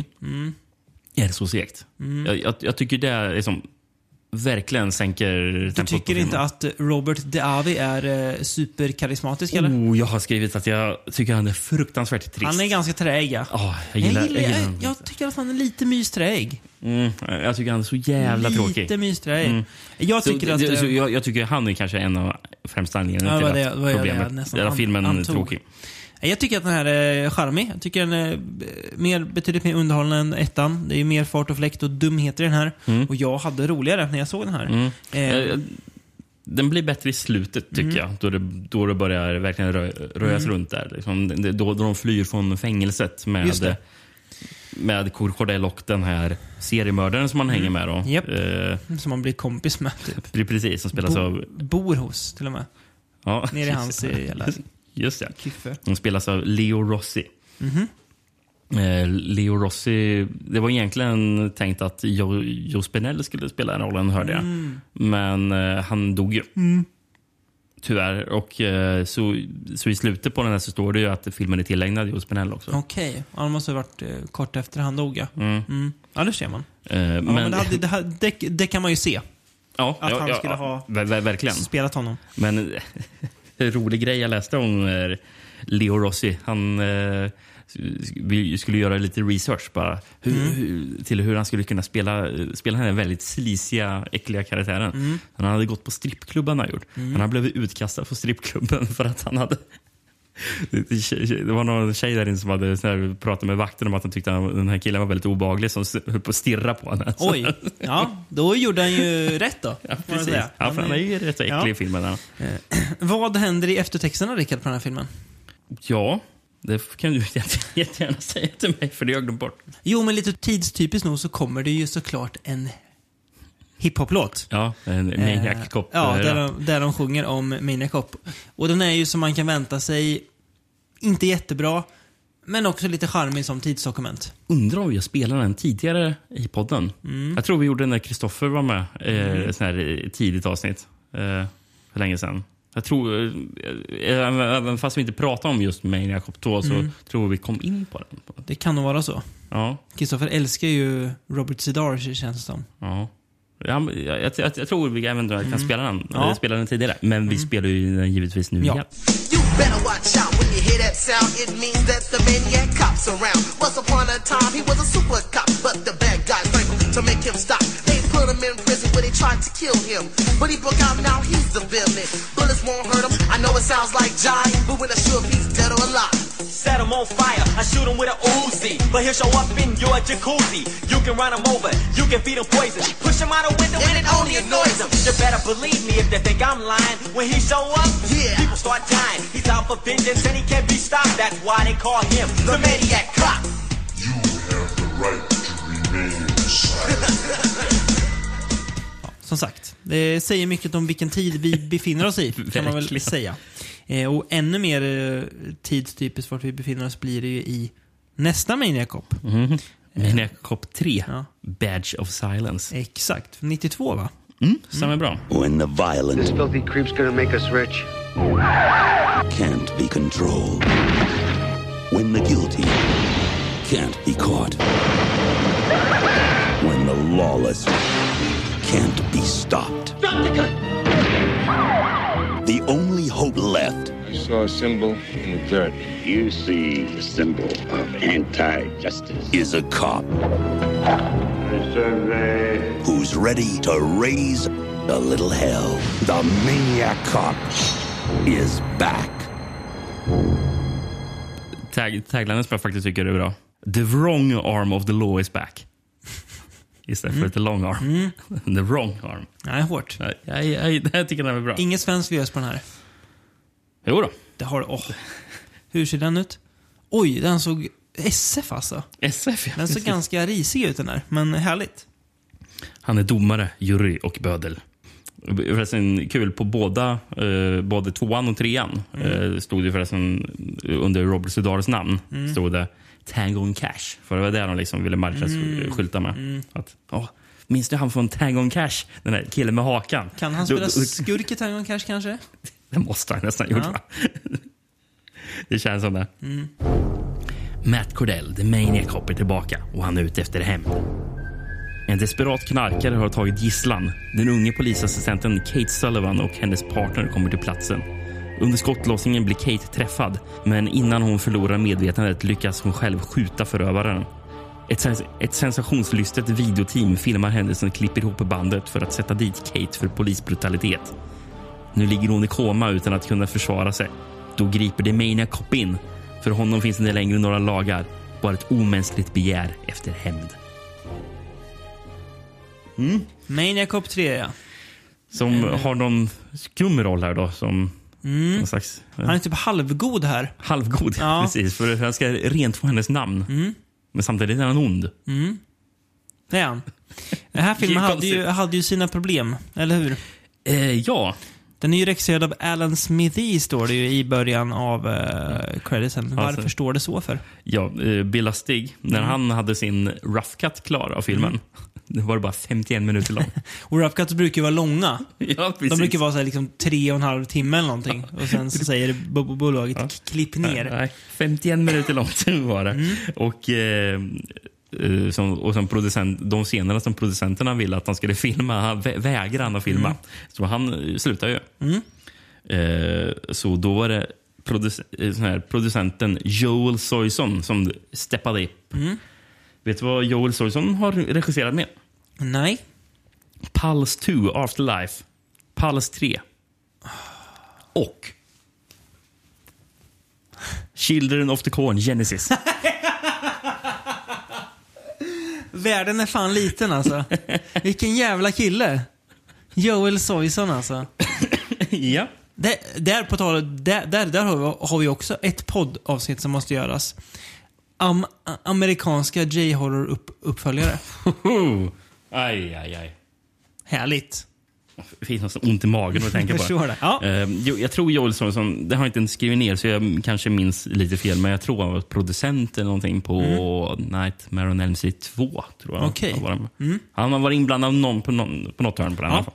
är så segt. Mm. Jag, jag, jag tycker det är som verkligen sänker Du tempot tycker på inte filmen. att Robert Davi är eh, superkarismatisk, eller? Oh, jag har skrivit att jag tycker han är fruktansvärt trist. Han är ganska träig, ja. Ja, jag gillar, jag, gillar, jag, jag, gillar jag, tycker att han är lite mysträig. mm, jag tycker han är så jävla lite tråkig. Lite mysträig. Mm. Jag Så, tycker att... det- så eh, jag, jag tycker han är kanske en av främsta anledningarna Ja, till vad det- att vad jag- problemet jag nästan är att filmen är antog. tråkig. Jag tycker att den här är charmig. Jag tycker den är eh, mer, betydligt mer underhållande än ettan. Det är mer fart och fläkt och dumheter i den här. Mm. Och jag hade roligare när jag såg den här. Mm. Eh, Eh, Den blir bättre i slutet, tycker Mm. jag. Då det, då det börjar verkligen rö, röjas runt där. Liksom, det- då, då de flyr från fängelset Just med, det. med Cordell och den här seriemördaren som man hänger med. Då. Mm. Japp. Eh, som man blir kompis med, typ. det är precis, som spelas Bo, av... bor hos, till och med. Ja, Nere i hans eh, jävla just det. kyffe. De spelas av Leo Rossi. Mhm. Eh, Leo Rossi, det var egentligen tänkt att Jo, Jo Spinell skulle spela rollen, hörde jag. Mm. Men eh, han dog ju. Tyvärr. Och eh, så, så i slutet på den här så står det ju att filmen är tillägnad Jo Spinell också. Okej. Ja, det måste ha varit eh, kort efter han dog, ja. Mm. Mm. Ja, det ser man. Eh, Ja, men, men, det, hade, det, hade, det, det kan man ju se. ja, att ja, han ja, skulle ja, ha- ver, ver, verkligen. Spelat honom. Men en rolig grej jag läste om eh, Leo Rossi. Han eh, vi skulle göra lite research bara hur, Mm. hur, till hur han skulle kunna spela, spela den här väldigt slisiga, äckliga karaktären. Mm. Han hade gått på strippklubban han gjort. Han hade blivit utkastad från strippklubben för att han hade... Det, det var någon tjej där inne som hade så här, pratat med vakten om att han tyckte att den här killen var väldigt obehaglig som höll på att stirra på henne. Oj. Ja, då gjorde han ju rätt då. Ja, får man precis. säga. Ja, för han är ju rätt så äcklig Ja. i filmen. Ja. Vad händer i eftertexterna, Rickard, på den här filmen? Ja, det kan du jättegärna säga till mig, för det har jag glömt bort. Jo, men lite tidstypiskt nog så kommer det ju såklart en hiphop-låt. Ja, en Maniac Cop. Ja, eh, där de, där de sjunger om Maniac Cop. Och den är ju som man kan vänta sig inte jättebra, men också lite charmig som tidsdokument. Undrar om jag spelade den tidigare i podden. Mm. Jag tror vi gjorde den när Kristoffer var med. Eh, sån här eh, tidigt avsnitt. Eh, för länge sedan. Jag tror, eh, även fast vi inte pratade om just Maniac Cop två så Mm. tror vi kom in på den. Det kan nog vara så. Ja, Kristoffer älskar ju Robert Zedar, känns det som. ja. Ja, men jag, jag, jag, jag tror vi eventuellt kan spela den. Ja. Ja. spela den tidigare. Men vi spelar ju den givetvis nu Ja. igen. You better watch out when you hear that sound. It means that the maniac cop's around. Once upon a time, he was a super cop, but the bad guys strangled to make him stop. They put him in prison where they tried to kill him. But he broke out, now he's the villain. Bullets won't hurt him. I know it sounds like John, but we're not sure if he's dead or alive. Set him on fire, I shoot him with a Uzi. But he'll show up in your jacuzzi. You can run him over, you can feed him poison. Push him out a window and it only annoys him. You better believe me if they think I'm lying. When he show up, Yeah. people start dying. He's out for vengeance and he can't be stopped. That's why they call him the Maniac Cop. You have the right to remain silent. Som sagt, det säger mycket om vilken tid vi befinner oss i, kan man väl Verkligen. säga. Eh, och ännu mer eh, tidstypiskt vart vi befinner oss blir det ju i nästa Maniac Cop. Mm. Maniac Cop tre. Ja. Badge of Silence. Exakt, nittiotvå va? Mm, stämmer bra. When the violent This filthy creep's gonna make us rich. can't be controlled. When the guilty can't be caught. When the lawless can't be stopped. The only hope left I saw a symbol in the dirt. You see the symbol of anti-justice. is a cop who's ready to raise a little hell. The Maniac Cop is back. tag, taglinen som jag faktiskt tycker är bra. The wrong arm of the law is back. Istället mm. för the long arm. Mm. The wrong arm. Nej, hårt. Jag, jag, jag, det här tycker jag är bra. Inget svenskt V S på den här. Jo då. Det har det. Oh. Hur ser den ut? Oj, den såg S F alltså. S F, ja. Den såg ganska risig ut den här, men härligt. Han är domare, jury och bödel. Förresten kul på båda, eh, både tvåan och trean mm. eh, stod det förresten under Robert Sudares namn mm. stod det Tango and Cash. För det var där de liksom ville marknadsskylta med. Mm. Att, åh, minns du han från Tango and Cash? Den där killen med hakan. Kan han spela skurk i Tango and Cash kanske? Det måste han nästan gjort, ja. Va? Det känns som det. Mm. Matt Cordell, The Maniac, hoppar tillbaka och han är ute efter hem. En desperat knarkare har tagit gisslan. Den unge polisassistenten Kate Sullivan och hennes partner kommer till platsen. Under skottlossningen blir Kate träffad, men innan hon förlorar medvetandet lyckas hon själv skjuta förövaren. Ett, ett sensationslystet videoteam filmar händelsen och klipper ihop bandet för att sätta dit Kate för polisbrutalitet. Nu ligger hon i koma utan att kunna försvara sig. Då griper det Maniac Cop in. För honom finns det längre några lagar. Bara ett omänskligt begär efter hämnd. Mm. Maniac Cop tre, ja. Som mm. har någon skum roll här då. Som mm. någon slags, ja. Han är typ halvgod här. Halvgod, ja. Precis. För han ska rent få hennes namn. Mm. Men samtidigt är han ond. Mm. Det är han. Den här filmen hade ju, hade ju sina problem, eller hur? Eh, ja. Den är ju regisserad av Alan Smithee, står det ju i början av uh, creditsen. Varför alltså, står det så för? Ja, uh, Bill Lustig, när mm. han hade sin rough cut klar av filmen. Mm. Det var bara femtioen minuter lång. Och rough cuts brukar ju vara långa. Ja, precis. De brukar vara så här, liksom tre och en halv timme eller någonting. Och sen så säger bolaget, ja. klipp ner. Nej, femtioen minuter långt var det. Mm. Och... Eh, Som, och som producent, de scenerna som producenterna ville att han skulle filma, han vä- vägrar han att filma. Mm. Så han slutar ju. Mm. Eh, så då var det produc- sån här, producenten Joel Soyson som steppade upp. Mm. Vet du vad Joel Soyson har regisserat med? Nej. Pulse två, Afterlife. Pulse tre. Och Children of the Corn, Genesis. Världen är fan liten alltså. Vilken jävla kille. Joel Soyson alltså. Ja. Där, där på tal där, där, där har, vi, har vi också ett poddavsnitt som måste göras. Am, amerikanska J-horror upp, uppföljare. Aj, aj, aj. Härligt. Det finns något ont i magen att tänka på. Jag, ja. uh, jag tror Joel Soyson, det har jag inte skrivit ner så jag kanske minns lite fel, men jag tror han var producent eller någonting på mm. Nightmare on Elm Street två, tror jag. Okay. Han, var, mm. han har varit inblandad någon på, någon, på något hörn på den ja.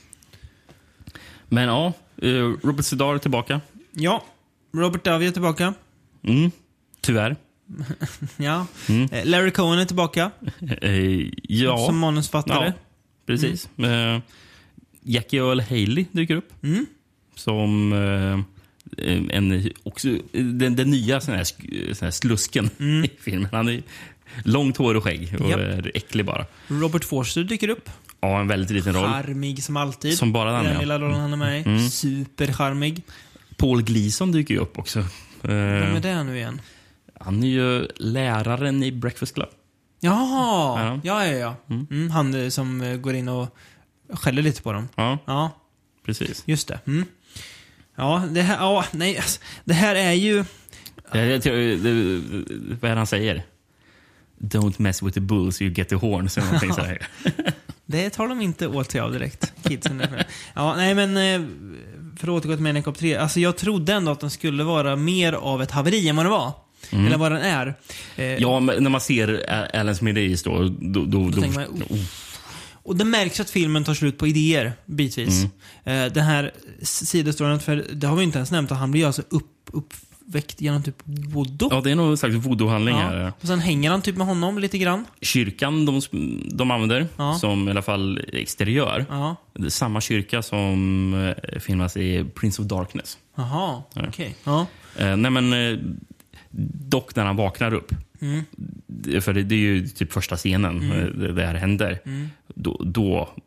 Men ja, uh, Robert Zedar är tillbaka. Ja, Robert Davi är tillbaka. Mm. Tyvärr. Ja. Mm. Larry Cohen är tillbaka. uh, ja. Som manusfattare. Ja, precis. Mm. Uh, Jackie Earl Haley dyker upp. Mm. Som uh, en, också, den, den nya sån här, sån här slusken mm. i filmen. Han är långt hår och skägg och yep. är äcklig bara. Robert Forster dyker upp. Ja, en väldigt liten roll. Charmig som alltid. Som bara den, den ja. lilla rollen han är med i. Mm. Supercharmig. Paul Gleason dyker ju upp också. Vem är det nu igen? Han är ju läraren i Breakfast Club. Jaha, ja, ja, ja. Mm. Mm, han som går in och skäller lite på dem. Ja, ja. Precis. Just det. Mm. Ja, det här, ja, nej, alltså, det här är ju... Det, det, det, det, vad är det han säger? Don't mess with the bulls, you get the horns. Eller någonting så här. Det tar de inte åt sig av direkt, kidsen. Ja, nej, men för att återgå till Maniac Cop tre. Alltså, jag trodde ändå att den skulle vara mer av ett haveri än vad det var. Mm. Eller vad den är. Eh, ja, men när man ser Alan Smithee då, då, då, då, då man, oh. Och det märks att filmen tar slut på idéer bitvis. Mm. Eh, den här sidostoryn, för det har vi inte ens nämnt, att han blir alltså upp, uppväckt genom typ voodoo. Ja, det är nog sagt voodoo-handling ja. här. Och sen hänger han typ med honom lite grann. Kyrkan de, de använder ja. som i alla fall exteriör. Ja. Det är samma kyrka som filmas i Prince of Darkness. Jaha, ja. okej. Okay. Ja. Eh, nej men eh, dock när han vaknar upp. Mm. För det, det är ju typ första scenen mm. det, det här händer. Mm. Då, då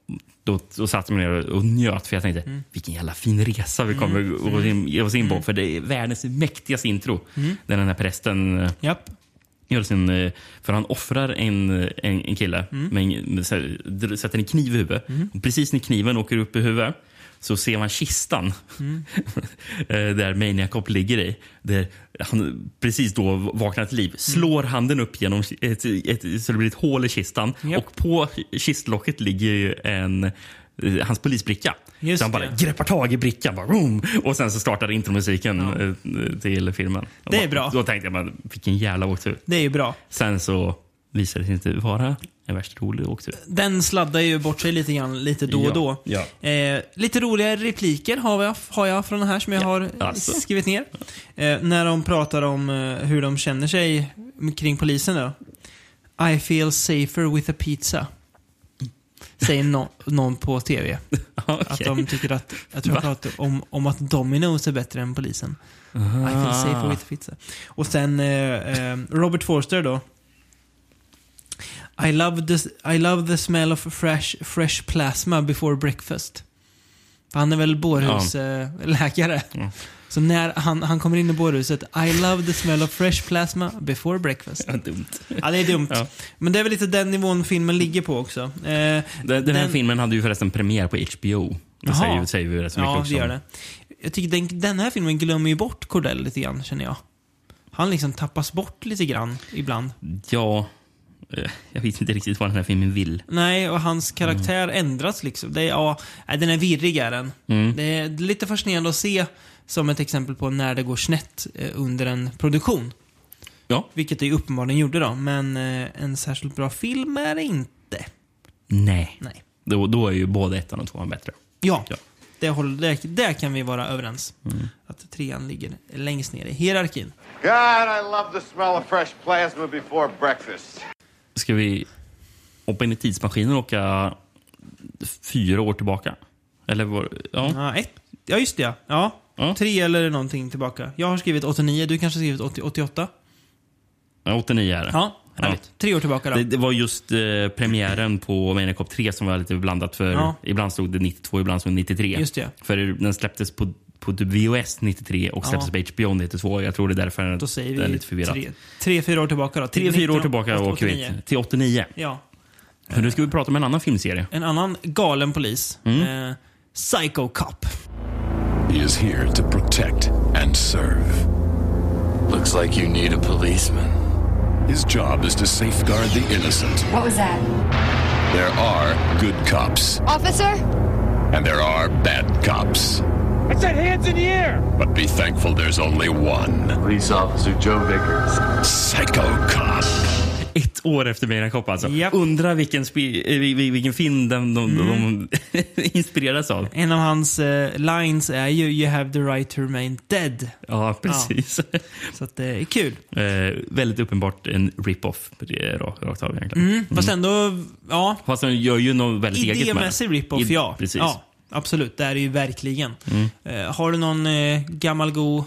Då, då satt jag ner och njöt, för jag tänkte, mm. vilken jävla fin resa vi kommer mm. ge oss in på. Mm. För det är världens mäktigaste intro. Mm. Där den här prästen Japp. gör sin... För han offrar en, en, en kille, mm. med, med, med, sätter en kniv i huvudet. Mm. Och precis när kniven åker upp i huvudet så ser man kistan mm. där Maniac Cop ligger i. Där han precis då vaknar till liv. Slår mm. handen upp genom ett, ett, så det blir ett hål i kistan. Yep. Och på kistlocket ligger en hans polisbricka. Just så han bara det. greppar tag i brickan. Bara, boom, och sen så startar intromusiken ja. till filmen. Det är bara, bra. Då tänkte jag, man, vilken jävla åktur. Det är ju bra. Sen så visar det sig inte vara en värst rolig åktur. Den sladdar ju bort sig lite grann, lite då och då. Ja, ja. Eh, lite roliga repliker har jag, har jag från den här som jag ja, har alltså. skrivit ner. Eh, när de pratar om eh, hur de känner sig kring polisen då. I feel safer with a pizza. Säger no, någon på tv. Okay. Att de tycker att, jag tror jag pratar om, om att Domino's är bättre än polisen. Aha. I feel safer with a pizza. Och sen eh, eh, Robert Forster då. I love the I love the smell of fresh fresh plasma before breakfast. Han är väl bårhusläkare. Ja. Eh, ja. Så när han, han kommer in i bårhuset, I love the smell of fresh plasma before breakfast. Ja, dumt. Ja, det är dumt. Ja. Men det är väl lite den nivån filmen ligger på också. Eh, den, den, den här filmen hade ju förresten premiär på H B O. Det säger, säger vi rätt så mycket ja, också. Ja, det gör det. Jag tycker den, den här filmen glömmer ju bort Cordell lite grann, känner jag. Han liksom tappas bort lite grann ibland. Ja, jag vet inte riktigt vad den här filmen vill. Nej, och hans karaktär mm. ändras liksom. Det är, ja, den är virrig är den. Mm. Det är lite fascinerande att se som ett exempel på när det går snett under en produktion. Ja. Vilket det uppenbarligen gjorde då. Men en särskilt bra film är det inte. Nej. Nej. Då, då är ju både ettan och tvåan bättre. Ja, ja. Det håller, där, där kan vi vara överens. Mm. Att trean ligger längst ner i hierarkin. God, I love the smell of fresh plasma before breakfast. Ska vi hoppa in i tidsmaskinen och åka fyra år tillbaka? Eller var, ja. Ja, ett, ja, just det. Ja. Ja. Tre eller någonting tillbaka. Jag har skrivit åttionio, du kanske har skrivit åttio, åttioåtta? Ja, åttionio är det. Ja, ja. Tre år tillbaka då. Det, det var just eh, premiären på Maniac Cop tre som var lite blandat för ja. Ibland stod det nittiotvå, ibland stod det nittiotre. Just det. För den släpptes på, på V H S nittiotre och släpptes ja. på H B O nittiotvå. Jag tror det är därför då säger det är vi lite förvirrat. Tre, tre, fyra år tillbaka då. Tre, fyra år tillbaka och åker till åttionio. Ja. Men nu ska vi prata om en annan filmserie. En annan galen polis. Mm. Eh, Psycho Cop. He is here to protect and serve. Looks like you need a policeman. His job is to safeguard the innocent. What was that? There are good cops. Officer? And there are bad cops. I said hands in the air! But be thankful there's only one. Police Officer Joe Vickers. Psycho Cop. Ett år efter Maniac Cop alltså. Yep. Undrar vilken, vilken film de, de, mm. de inspireras av. En av hans uh, lines är ju You have the right to remain dead. Ja, precis. Ja. Så att det är kul. Eh, väldigt uppenbart en rip-off rakt av egentligen. Mm. Fast ändå, ja. Fast han gör ju något väldigt eget med det. Idémässig rip-off, ja. Precis. Ja, absolut. Det är ju verkligen. Mm. Uh, har du någon uh, gammal god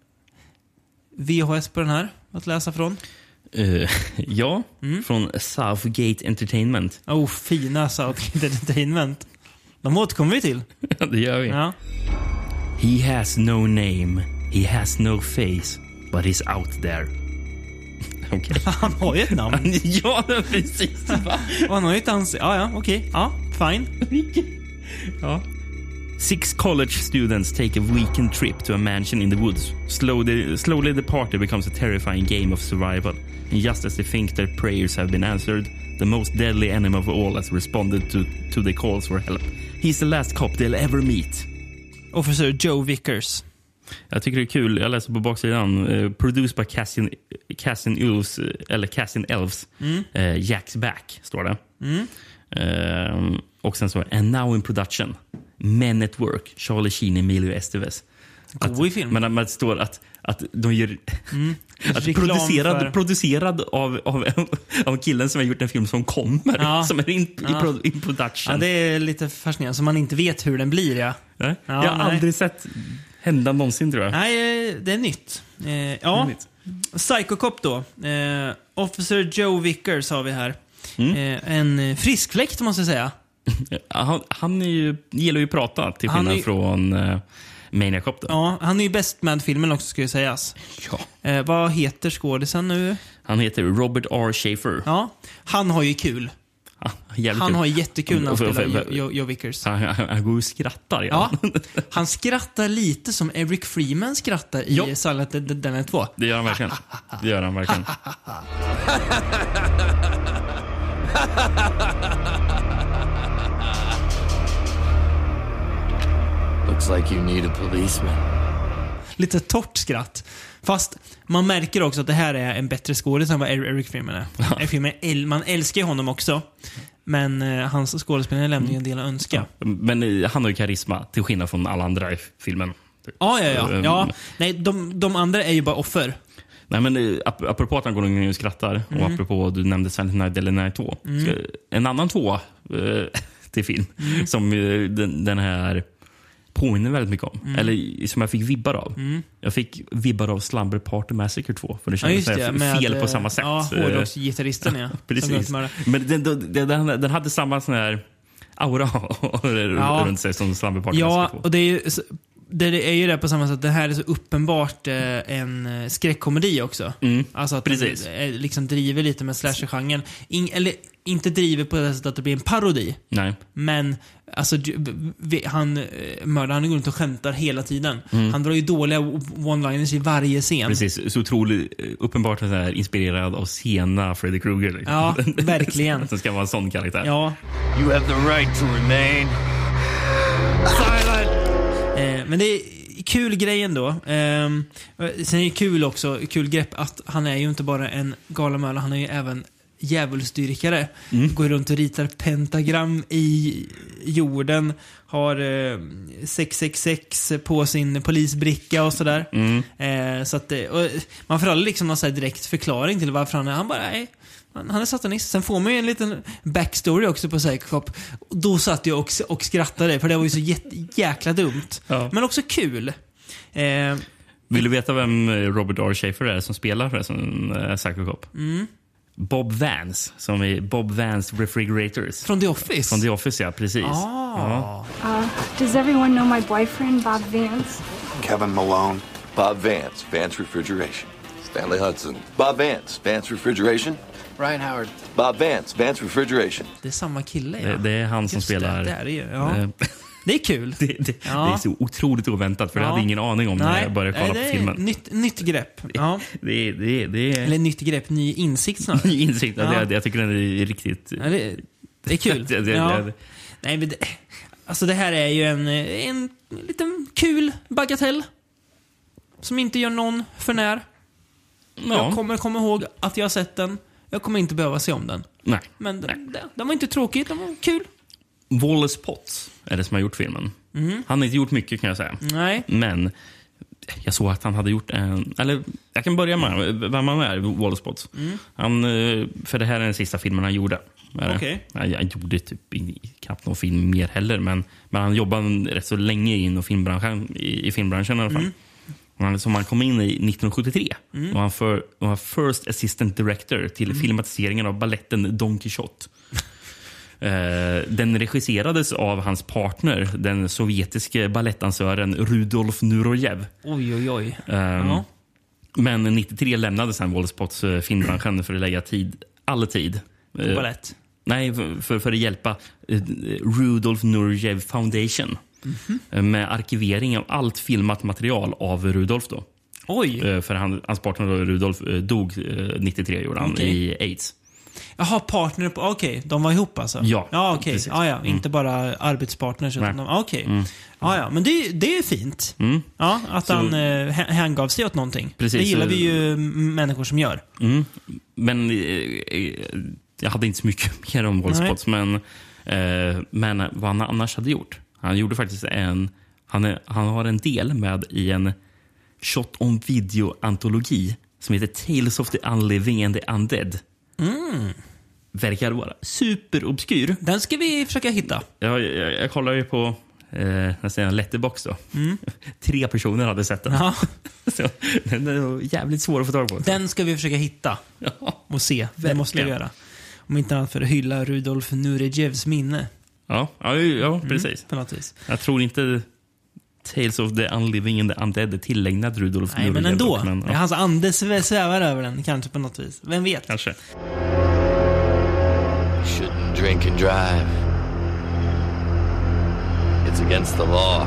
V H S på den här att läsa från? Uh, ja, mm. från Southgate Entertainment. Oh, fina Southgate Entertainment. De återkommer vi till. Ja, det gör vi. Ja. He has no name, he has no face, but he's out there. Okej. Okay. Han har ju ett namn. Ja, precis. Va? Och han har ju ett ansikte. Ja, ja, okej. Okay. Ja, fine. Ja. Six college students take a weekend trip to a mansion in the woods. Slowly, slowly the party becomes a terrifying game of survival. And just as they think their prayers have been answered, the most deadly enemy of all has responded to, to the calls for help. He's the last cop they'll ever meet. Officer Joe Vickers. Jag tycker det är kul. Jag läser på baksidan. Uh, produced by Cassian, Cassian Elves, eller Cassian Elves. Mm. Uh, Jack's Back, står det. Mm. Uh, och sen så, and now in production. Men at Work, Charlie Sheen, Emilio Estevez. God i film. Men det står att, att de gör... Mm. Att producerad, för... producerad av, av, av killen som har gjort en film som kommer. Ja. Som är in, ja. i, in production. Ja, det är lite fascinerande. Så man inte vet hur den blir, ja. ja. Jag har nej. aldrig sett hända någonsin, tror jag. Nej, det är nytt. Eh, ja, är nytt. Psycho Cop då. Eh, Officer Joe Vickers har vi här. Mm. Eh, en friskfläkt, måste jag säga. Han, han är ju, gillar ju att prata till skillnad är, från uh, Maniac Cop. Då. Ja, han är ju bäst med filmen också, ska ju sägas. Ja. Eh, vad heter skådisen nu? Han heter Robert R. Schaefer. Ja, han har ju kul. Ja, han kul. har jättekul när han för, spelar för, för, Joe, Joe Vickers. Han, han, han går och skrattar. Ja. Ja, han skrattar lite som Eric Freeman skrattar i jo. Silent Night två. Det gör han verkligen. Det gör han verkligen. Looks like you need a policeman. Lite torrt skratt. Fast man märker också att det här är en bättre skådis än vad Eric Freeman är. Ja. Eric Freeman, man älskar ju honom också. Men eh, hans skådespelare lämnar ju en del att önska. Ja. Men eh, han har ju karisma till skillnad från alla andra i filmen. Ja, ja, ja. ja. Nej, de, de andra är ju bara offer. Nej, men ap apropå att han går och skrattar och Mm. apropå du nämnde Silent Night eller Night två. Mm. Ska, en annan två eh, till film Mm. som eh, den, den här påminner väldigt mycket om. Mm. Eller som jag fick vibbar av. Mm. Jag fick vibbar av Slumber Party Massacre två. För det Ja, kändes just det, med, fel på samma sätt. Ja, hårdrocksgitarristen, ja. Precis. Men den, den, den, den hade samma sån här aura ja. runt sig som Slumber Party ja, Massacre två. Och det är ju... Det är ju det på samma sätt. Det här är så uppenbart eh, en skräckkomedi också. Mm. Alltså att Precis. den liksom driver lite med slasher-genren. In, eller inte driver på det sättet att det blir en parodi. Nej. Men alltså, vi, han mördar, han går runt och skämtar hela tiden. Mm. Han drar ju dåliga one-liners i varje scen. Precis, så otroligt uppenbart så här, inspirerad av sena Freddy Krueger. Liksom. Ja, verkligen. Att det ska vara en sån karaktär. Ja. You have the right to remain silent. Eh, men det är kul grej ändå. Eh, sen är det kul också, kul grepp att han är ju inte bara en galamördare, han är ju även djävulsdyrkare. Mm. Går runt och ritar pentagram i jorden. Har eh, sex sex sex på sin polisbricka och sådär. Mm. Eh, så att, och man får aldrig liksom någon så här direkt förklaring till varför han är. Han bara, nej, han är satanist. Sen får man ju en liten backstory också på Psycho Cop. Då satt jag och, och skrattade, för det var ju så jät, jäkla dumt. Ja. Men också kul. Eh, Vill du veta vem Robert R. Schaefer är som spelar för det som uh, Psycho Cop? Mm. Bob Vance, som är Bob Vance Refrigerators. Från The Office? Från The Office, ja, precis. Ah. Ja. Uh, does everyone know my boyfriend, Bob Vance? Kevin Malone. Bob Vance, Vance Refrigeration. Stanley Hudson. Bob Vance, Vance Refrigeration. Ryan Howard. Bob Vance, Vance Refrigeration. Det är samma kille, ja. Det, det är han som Just spelar... Det, det är det ju, ja. Det är kul. Det, det, ja. det är så otroligt oväntat, för ja. jag hade ingen aning om när jag började kolla Nej, på filmen. Nytt, nytt grepp. Ja. Det, det, det, Eller nytt grepp, ny insikt snarare. Ny insikt, ja. det, det, jag tycker den är riktigt... Ja, det, det är kul. det, det, ja. det, Nej, men det, alltså det här är ju en, en liten kul bagatell som inte gör någon för när. Ja. Jag kommer komma ihåg att jag har sett den. Jag kommer inte behöva se om den. Nej. Men Nej. Den, den, den var inte tråkig, den var kul. Wallace Potts är det som har gjort filmen. Mm. Han har inte gjort mycket, kan jag säga. Nej. Men jag såg att han hade gjort en... Eller jag kan börja med vem han är, Wallace Potts. Mm. Han, för det här är den sista filmen han gjorde. Okay. Jag, jag gjorde typ knappt någon film mer heller. Men, men han jobbade rätt så länge in filmbranschen, i, i filmbranschen i alla fall. Mm. Han, som han kom in i nittonhundrasjuttiotre. Mm. Och han för, var first assistant director till mm. filmatiseringen av balletten Don Quixote. Uh, den regisserades av hans partner, den sovjetiske ballettdansören Rudolf Nurejev. Oj, oj, oj. Um, ja. Men nittiotre lämnade sen Wallace Potts uh, filmbranschen för att lägga tid, all tid. Uh, ballett? Nej, för, för, för att hjälpa uh, Rudolf Nurejev Foundation. Mm-hmm. Uh, med arkivering av allt filmat material av Rudolf då. Oj. Uh, för han, hans partner då, Rudolf uh, dog uh, nittiotre, gjorde han, okay. i AIDS. Jaha, partner på... Okej, okay, de var ihop alltså? Ja. Ja, okej. Okay. Ah, ja, mm. Inte bara arbetspartners. Utan de, okej. Okay. Mm. Ah, ja, men det, det är fint. Mm. Ja, att så, han eh, hängav sig åt någonting. Precis, det gillar så, vi ju människor som gör. Mm. Men eh, jag hade inte så mycket mer om Wallace Potts. Men, eh, men vad han annars hade gjort. Han gjorde faktiskt en... Han, är, han har en del med i en shot on video-antologi som heter Tales of the Unliving and the Undead. Mm. Verkar vara superobskyr. Den ska vi försöka hitta. Jag, jag, jag kollar ju på eh, nästan Letterboxd då. Mm. Tre personer hade sett den. Ja. Så, den är jävligt svår att få tag på. Den ska vi försöka hitta. Ja. Och se. Det måste vi göra. Om inte annat för att hylla Rudolf Nurejevs minne. Ja, ja, ja precis. Mm, på något vis. Jag tror inte Tales of the Unliving and the Undead är tillägnad Rudolf Nej, men Nurejev, ändå. men, ja. Hans ande svävar över den, kanske på något vis. Vem vet? Kanske. Shouldn't drink and drive. It's against the law.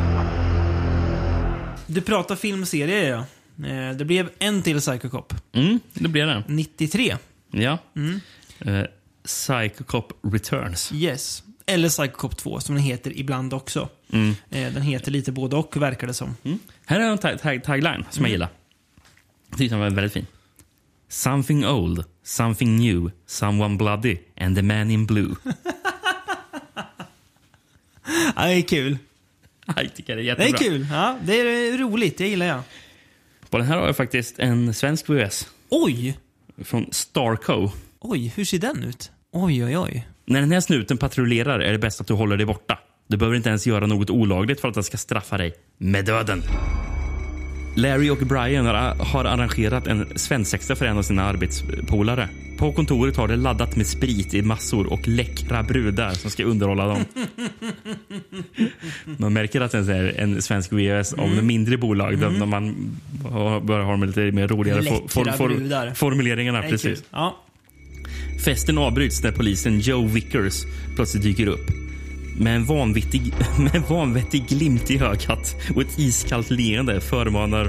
Du pratar filmserie, ja. Eh, Det blev en till Psycho Cop. Mm, det blev det. nittiotre. Ja. Mm. Uh, Psycho Cop Returns. Yes. Eller Psycho Cop två, som den heter ibland också. Mm. Eh, Den heter lite både och, verkar det som. Mm. Här är en tag- tag- tagline som Mm. jag gillar. Jag tyckte den var väldigt fin. Something old, something new, someone bloody and the man in blue. Ja, det är kul. Jag tycker det är Det jättebra. är kul. Ja, det är roligt. Det gillar jag. På den här har jag faktiskt en svensk V H S. Oj! Från Starco. Oj, hur ser den ut? Oj, oj, oj. När den här snuten patrullerar är det bäst att du håller dig borta. Du behöver inte ens göra något olagligt för att den ska straffa dig med döden. Larry och Brian har, har arrangerat en svensexa för en av sina arbetspolare. På kontoret har det laddat med sprit i massor och läckra brudar som ska underhålla dem. Man märker att det är en svensk V H S av Mm. en mindre bolag Mm. där man börjar ha med lite mer roligare for, for, for, brudar. formuleringarna. Det är Precis. kul. Ja. Festen avbryts när polisen Joe Vickers plötsligt dyker upp. Med en vanvettig, med en vanvettig glimt i ögat och ett iskallt leende förmanar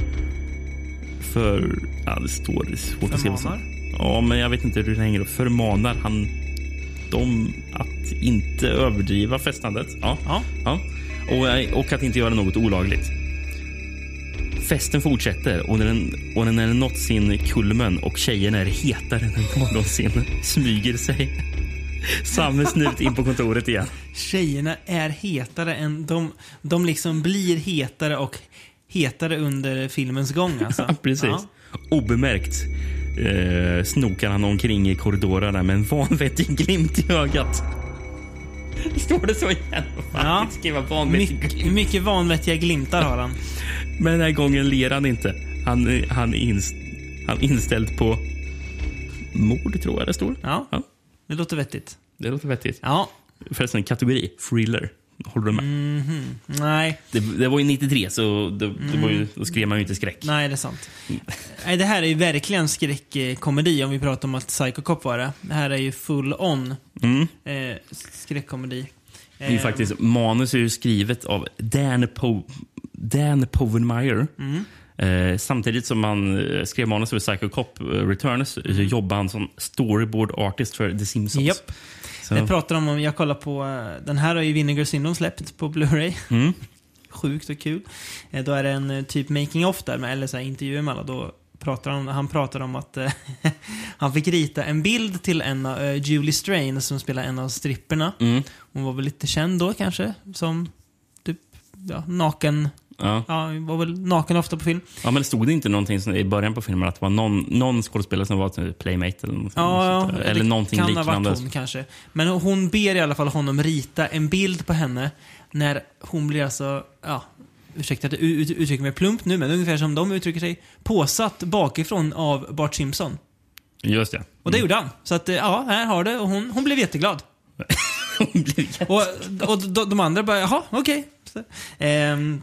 för... Ja, det står det är svårt att se vad som... Ja, men jag vet inte hur det hänger upp. Förmanar han dem att inte överdriva festandet. Ja. Ja. ja. Och, och att inte göra något olagligt. Festen fortsätter och när den, och när den nått sin kulmen och tjejen är hetare än någonsin smyger sig samma snut in på kontoret igen. Tjejerna är hetare än... De, de liksom blir hetare och hetare under filmens gång. Alltså. Ja, precis. Ja. Obemärkt eh, snokar han omkring i korridorerna med en vanvettig glimt i ögat. Står det så igen? Ja. Skriva vanvettig My, glimt. mycket vanvettiga glimtar har han. Men den här gången ler han inte. Han, han, är inst, han är inställd på mord, tror jag det står. Ja, ja. Det låter vettigt. Det låter vettigt. Ja. Förresten, kategori. Thriller. Håller du med? Mm-hmm. Nej. Det, det var ju nittiotre, så det, det var ju, då skrev man ju inte skräck. Nej, det är sant. Nej, det här är ju verkligen skräckkomedi om vi pratar om att Psycho Cop var det. Det här är ju full on Mm. eh, skräckkomedi. Det är ju faktiskt, manus är ju skrivet av Dan, po Dan Povenmire. Mm. Eh, samtidigt som han eh, skrev manus för Psycho Cop eh, Returns så jobbade han som storyboard artist för The Simpsons. Japp. Så. Jag pratar om, om jag kollar på, uh, den här har ju Vinegar Syndrome släppt på Blu-ray. Mm. Sjukt och kul. Eh, då är det en uh, typ making of där med, eller så här, intervjuer med alla. Då pratar han, han pratar om att uh, han fick rita en bild till en av uh, Julie Strain som spelar en av stripperna. Mm. Hon var väl lite känd då kanske som typ ja, naken. Ja. Ja, var väl naken ofta på film. Ja, men det stod det inte någonting som, i början på filmen att det var någon, någon skådespelare som var typ playmate eller, något Ja, sånt där. ja, eller det någonting kan liknande. Ha varit hon, kanske. Men hon ber i alla fall honom rita en bild på henne när hon blir alltså, ja, ursäkta att jag ut, uttrycker mig plumpt nu, men ungefär som de uttrycker sig, påsatt bakifrån av Bart Simpson. Just det. Och det gjorde han. Så att, ja, här har det. Och hon, hon blev jätteglad. hon blev jätte... och, och de, de andra bara, jaha, okej. Okay. Ehm,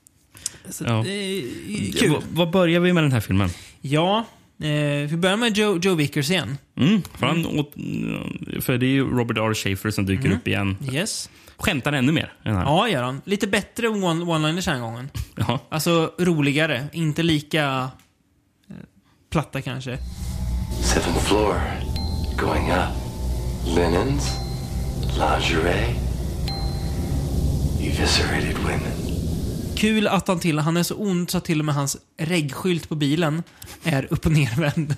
så ja. det är kul. Ja, vad börjar vi med den här filmen? Ja, eh, vi börjar med Joe, Joe Vickers igen. Mm, för, han, åt, för det är ju Robert R. Schaefer som dyker Mm. upp igen. Yes. Skämtar ännu mer. Än här. Ja, gör han. Lite bättre one- one-liners den här gången. Ja. Alltså roligare. Inte lika eh, platta kanske. Seventh floor. Going up. Linens. Lingerie. Eviscerated women. Kul att han till, han är så ond så att till och med hans reggskylt på bilen är upp- och nervänd.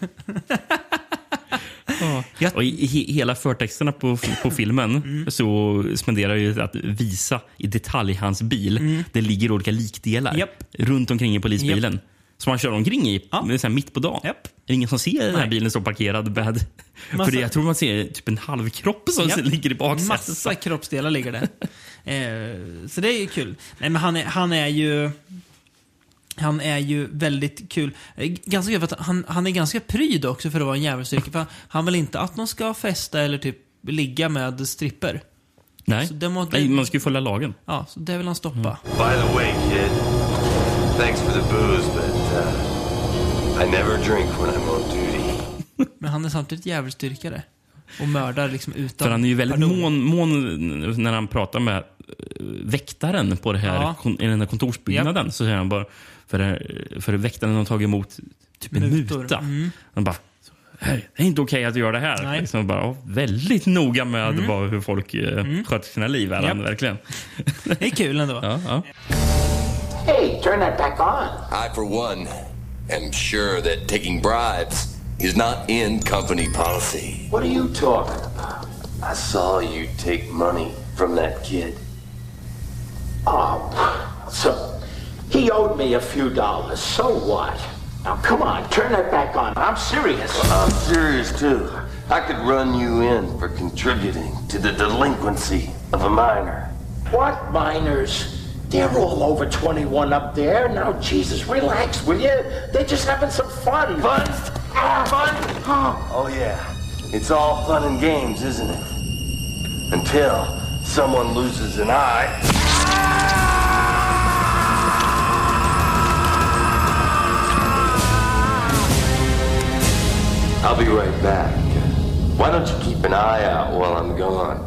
Ja. Jag... Och i, i hela förtexterna på, på filmen mm. så spenderar ju att visa i detalj hans bil. Mm. Det ligger olika likdelar Japp. runt omkring i polisbilen. Japp. Som man kör omkring i ja. så här, mitt på dagen. Japp. Det är ingen som ser den här bilen så parkerad. Bad. För det, jag tror man ser typ en halv kropp som Japp. ligger i baksätet. Massa kroppsdelar ligger där. eh, så det är ju kul. Nej, men han är, han är ju... Han är ju väldigt kul. Ganska kul för att han, han är ganska pryd också för att vara en jävelstyrka. För han vill inte att någon ska festa eller typ ligga med stripper. Nej, Så det må, det, Nej man ska ju följa lagen. Ja, så det vill han stoppa. Mm. By the way, kid, thanks for the booze, but uh, I never drink when I'm on duty. Men han är samtidigt djävulsdyrkare. Och mördar liksom utan... För han är ju väldigt pardon. mån, mån när han pratar med väktaren på det här, Ja. kon, i den här kontorsbyggnaden. Yep. Så säger han bara, för, för väktaren har tagit emot typ en Mutor. muta. Mm. Han bara, det är inte okej att göra det här. Liksom bara, ja, väldigt noga med mm. vad, hur folk mm. sköter sina liv. Är yep. han, verkligen. Det är kul ändå. Ja, ja. Hey, turn that back on. I, for one, am sure that taking bribes is not in company policy. What are you talking about? I saw you take money from that kid. Oh, so he owed me a few dollars. So what? Now, come on, turn that back on. I'm serious. Well, I'm serious, too. I could run you in for contributing to the delinquency of a minor. What minors? They're all over twenty-one up there. Now, Jesus, relax, will you? They're just having some fun. Fun? Ah, Fun? Oh, yeah. It's all fun and games, isn't it? Until someone loses an eye. I'll be right back. Why don't you keep an eye out while I'm gone?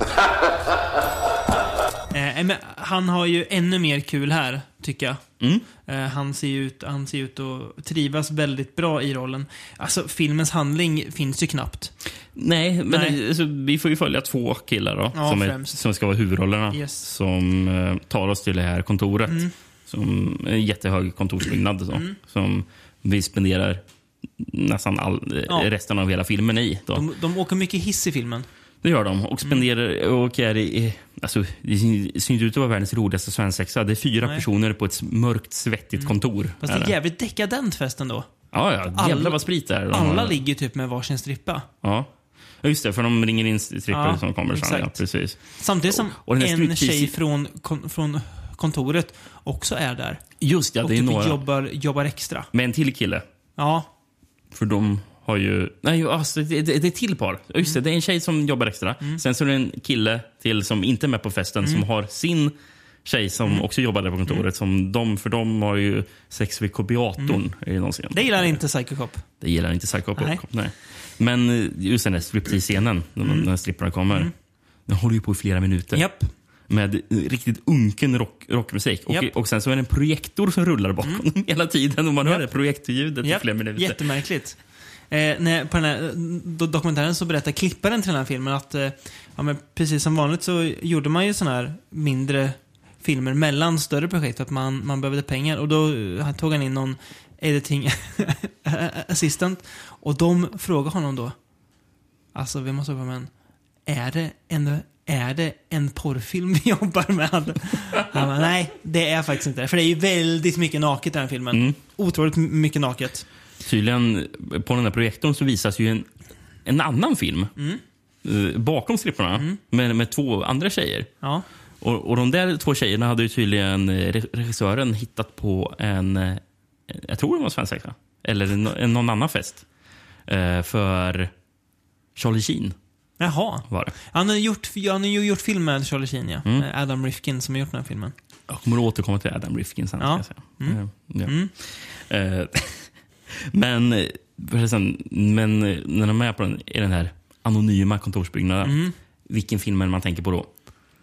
eh, men han har ju ännu mer kul här, tycker jag. Mm. Eh, han ser ut, han ser ut att trivas väldigt bra i rollen. Alltså, filmens handling finns ju knappt. Nej, men Nej. Alltså, vi får ju följa två killar då, ja, som, är, som ska vara huvudrollerna. Yes. Som eh, tar oss till det här kontoret. Mm. Som en jättehög kontorsbyggnad. Så, mm. Som vi spenderar nästan all, ja. resten av hela filmen i. Då. De, de åker mycket hiss i filmen. Det gör de. Och spenderar mm. och är i, alltså, det ser inte ut att vara världens roligaste svensexa. Det är fyra Nej. personer på ett mörkt, svettigt mm. kontor. Fast det är jävligt dekadent festen då. Ja, ja. Jävlar vad sprit där. De alla har... ligger typ med varsin strippa. Ja. Just det, för de ringer in strippor ja, som kommer sen. Ja, precis. Samtidigt som och, och en tjej från, kon, från kontoret också är där. Just det, och det är typ några. Jobbar, jobbar extra. Med en till kille. Ja. För de har ju... Nej, alltså, det, det, det är till par. Just det, det är en tjej som jobbar extra. Mm. Sen så är det en kille till som inte är med på festen mm. som har sin tjej som mm. också jobbar där på kontoret. Mm. Som de, för de har ju sex vid kopiatorn mm. i någon scen. Det gillar inte Psycho Cop. Det gillar inte Psycho Cop. Nej. Nej. Men just den där striptease-scenen mm. när stripparna kommer. Mm. Den håller ju på i flera minuter. Japp. Med riktigt unken rock, rockmusik. Och, och sen så är det en projektor som rullar bakom mm. hela tiden. Och man hör det projektorljudet i flera minuter. Jättemärkligt. Eh, när, på den här do- dokumentären så berättar klipparen till den här filmen att eh, ja, men precis som vanligt så gjorde man ju såna här mindre filmer mellan större projekt för att man, man behövde pengar. Och då eh, tog han in någon editing assistant. Och de frågade honom då, alltså vi måste vara men är det en Är det en porrfilm vi jobbar med? Han bara, nej, det är faktiskt inte det. För det är ju väldigt mycket naket i den här filmen. Mm. Otroligt mycket naket. Tydligen, på den här projektorn så visas ju en, en annan film. Mm. Uh, bakom stripporna. Mm. Med, med två andra tjejer. Ja. Och, och de där två tjejerna hade ju tydligen regissören hittat på en... Jag tror det var en svensexa. Eller en, någon annan fest. Uh, för Charlie Sheen. Jaha. Var det. Han har gjort, han har ju gjort film med Charlie Sheen, ja. Mm. Adam Rifkin som har gjort den här filmen. Jag kommer att återkomma till Adam Rifkin sen. Ja. Ska jag säga. Mm. Ja. Mm. Uh, men, men när de är på den, i den här anonyma kontorsbyggnaden, mm. vilken film är det man tänker på då?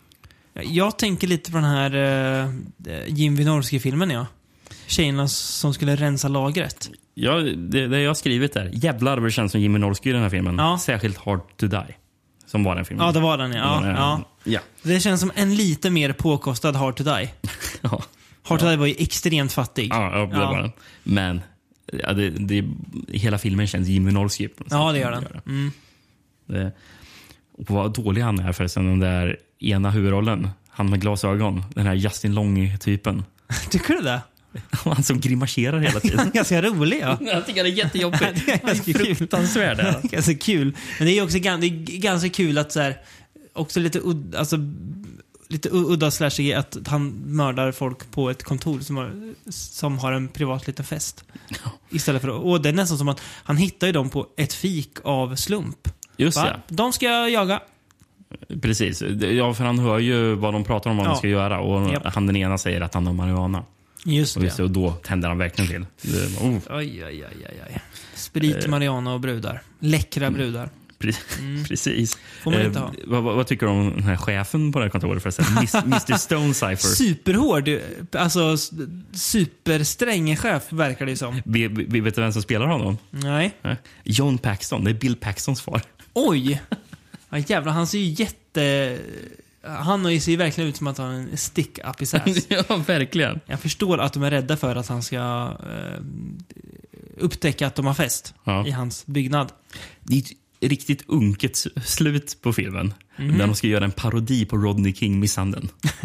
Jag tänker lite på den här uh, Jim Wynorski-filmen, ja. Tjejerna som skulle rensa lagret. Ja, det, det jag har skrivit där. Jävlar vad det känns som Jimmy Norski i den här filmen. Ja. Särskilt Hard to Die. Som var den filmen. Ja, det var den, ja. Den, ja. ja. Det känns som en lite mer påkostad Hard to Die. ja. Hard to Die var ju extremt fattig. Ja, ja det ja. var den. Men ja, det, det, hela filmen känns Jimmy Norski. Ja, det gör den. Mm. Det, och vad dålig han är förresten, den där ena huvudrollen. Han med glasögon. Den här Justin Long-typen. Tycker du det? Han som grimaserar hela tiden. Han är ganska rolig, ja. Jag tycker det är jättejobbigt. Det är ganska fruktansvärt. Det är ganska kul. Men det är också det är ganska kul att så här, också lite ud, alltså lite udda slashig att han mördar folk på ett kontor som har, som har en privat liten fest. Istället för och det är nästan som att han hittar ju dem på ett fik av slump. Just Va? ja. De ska jag jaga. Precis. Ja, för han hör ju vad de pratar om vad Ja. de ska göra. Och Japp. han den ena säger att han har marijuana. Just Och, det. just, det, och då tänder han verkligen till. Det, oh. Oj, oj, oj, oj, oj. Sprit, Eh. marijuana och brudar. Läckra brudar. Pre- Precis. Får man inte ha. vad, vad, vad tycker du om den här chefen på det här kontoret? För att säga? Mis- mister Stonecipher. Superhård. Alltså s- supersträng chef verkar det som. Vi, vi vet du vem som spelar honom? Nej. Nej. John Paxton. Det är Bill Paxtons far. Oj! Ja, jävlar, han ser ju jätte... Han ser ju verkligen ut som att han har en stick up i ass. Ja, verkligen. Jag förstår att de är rädda för att han ska eh, upptäcka att de har fest Ja. i hans byggnad. Det är ett riktigt unket s- slut på filmen. Mhm. Där de ska göra en parodi på Rodney King-misshandeln.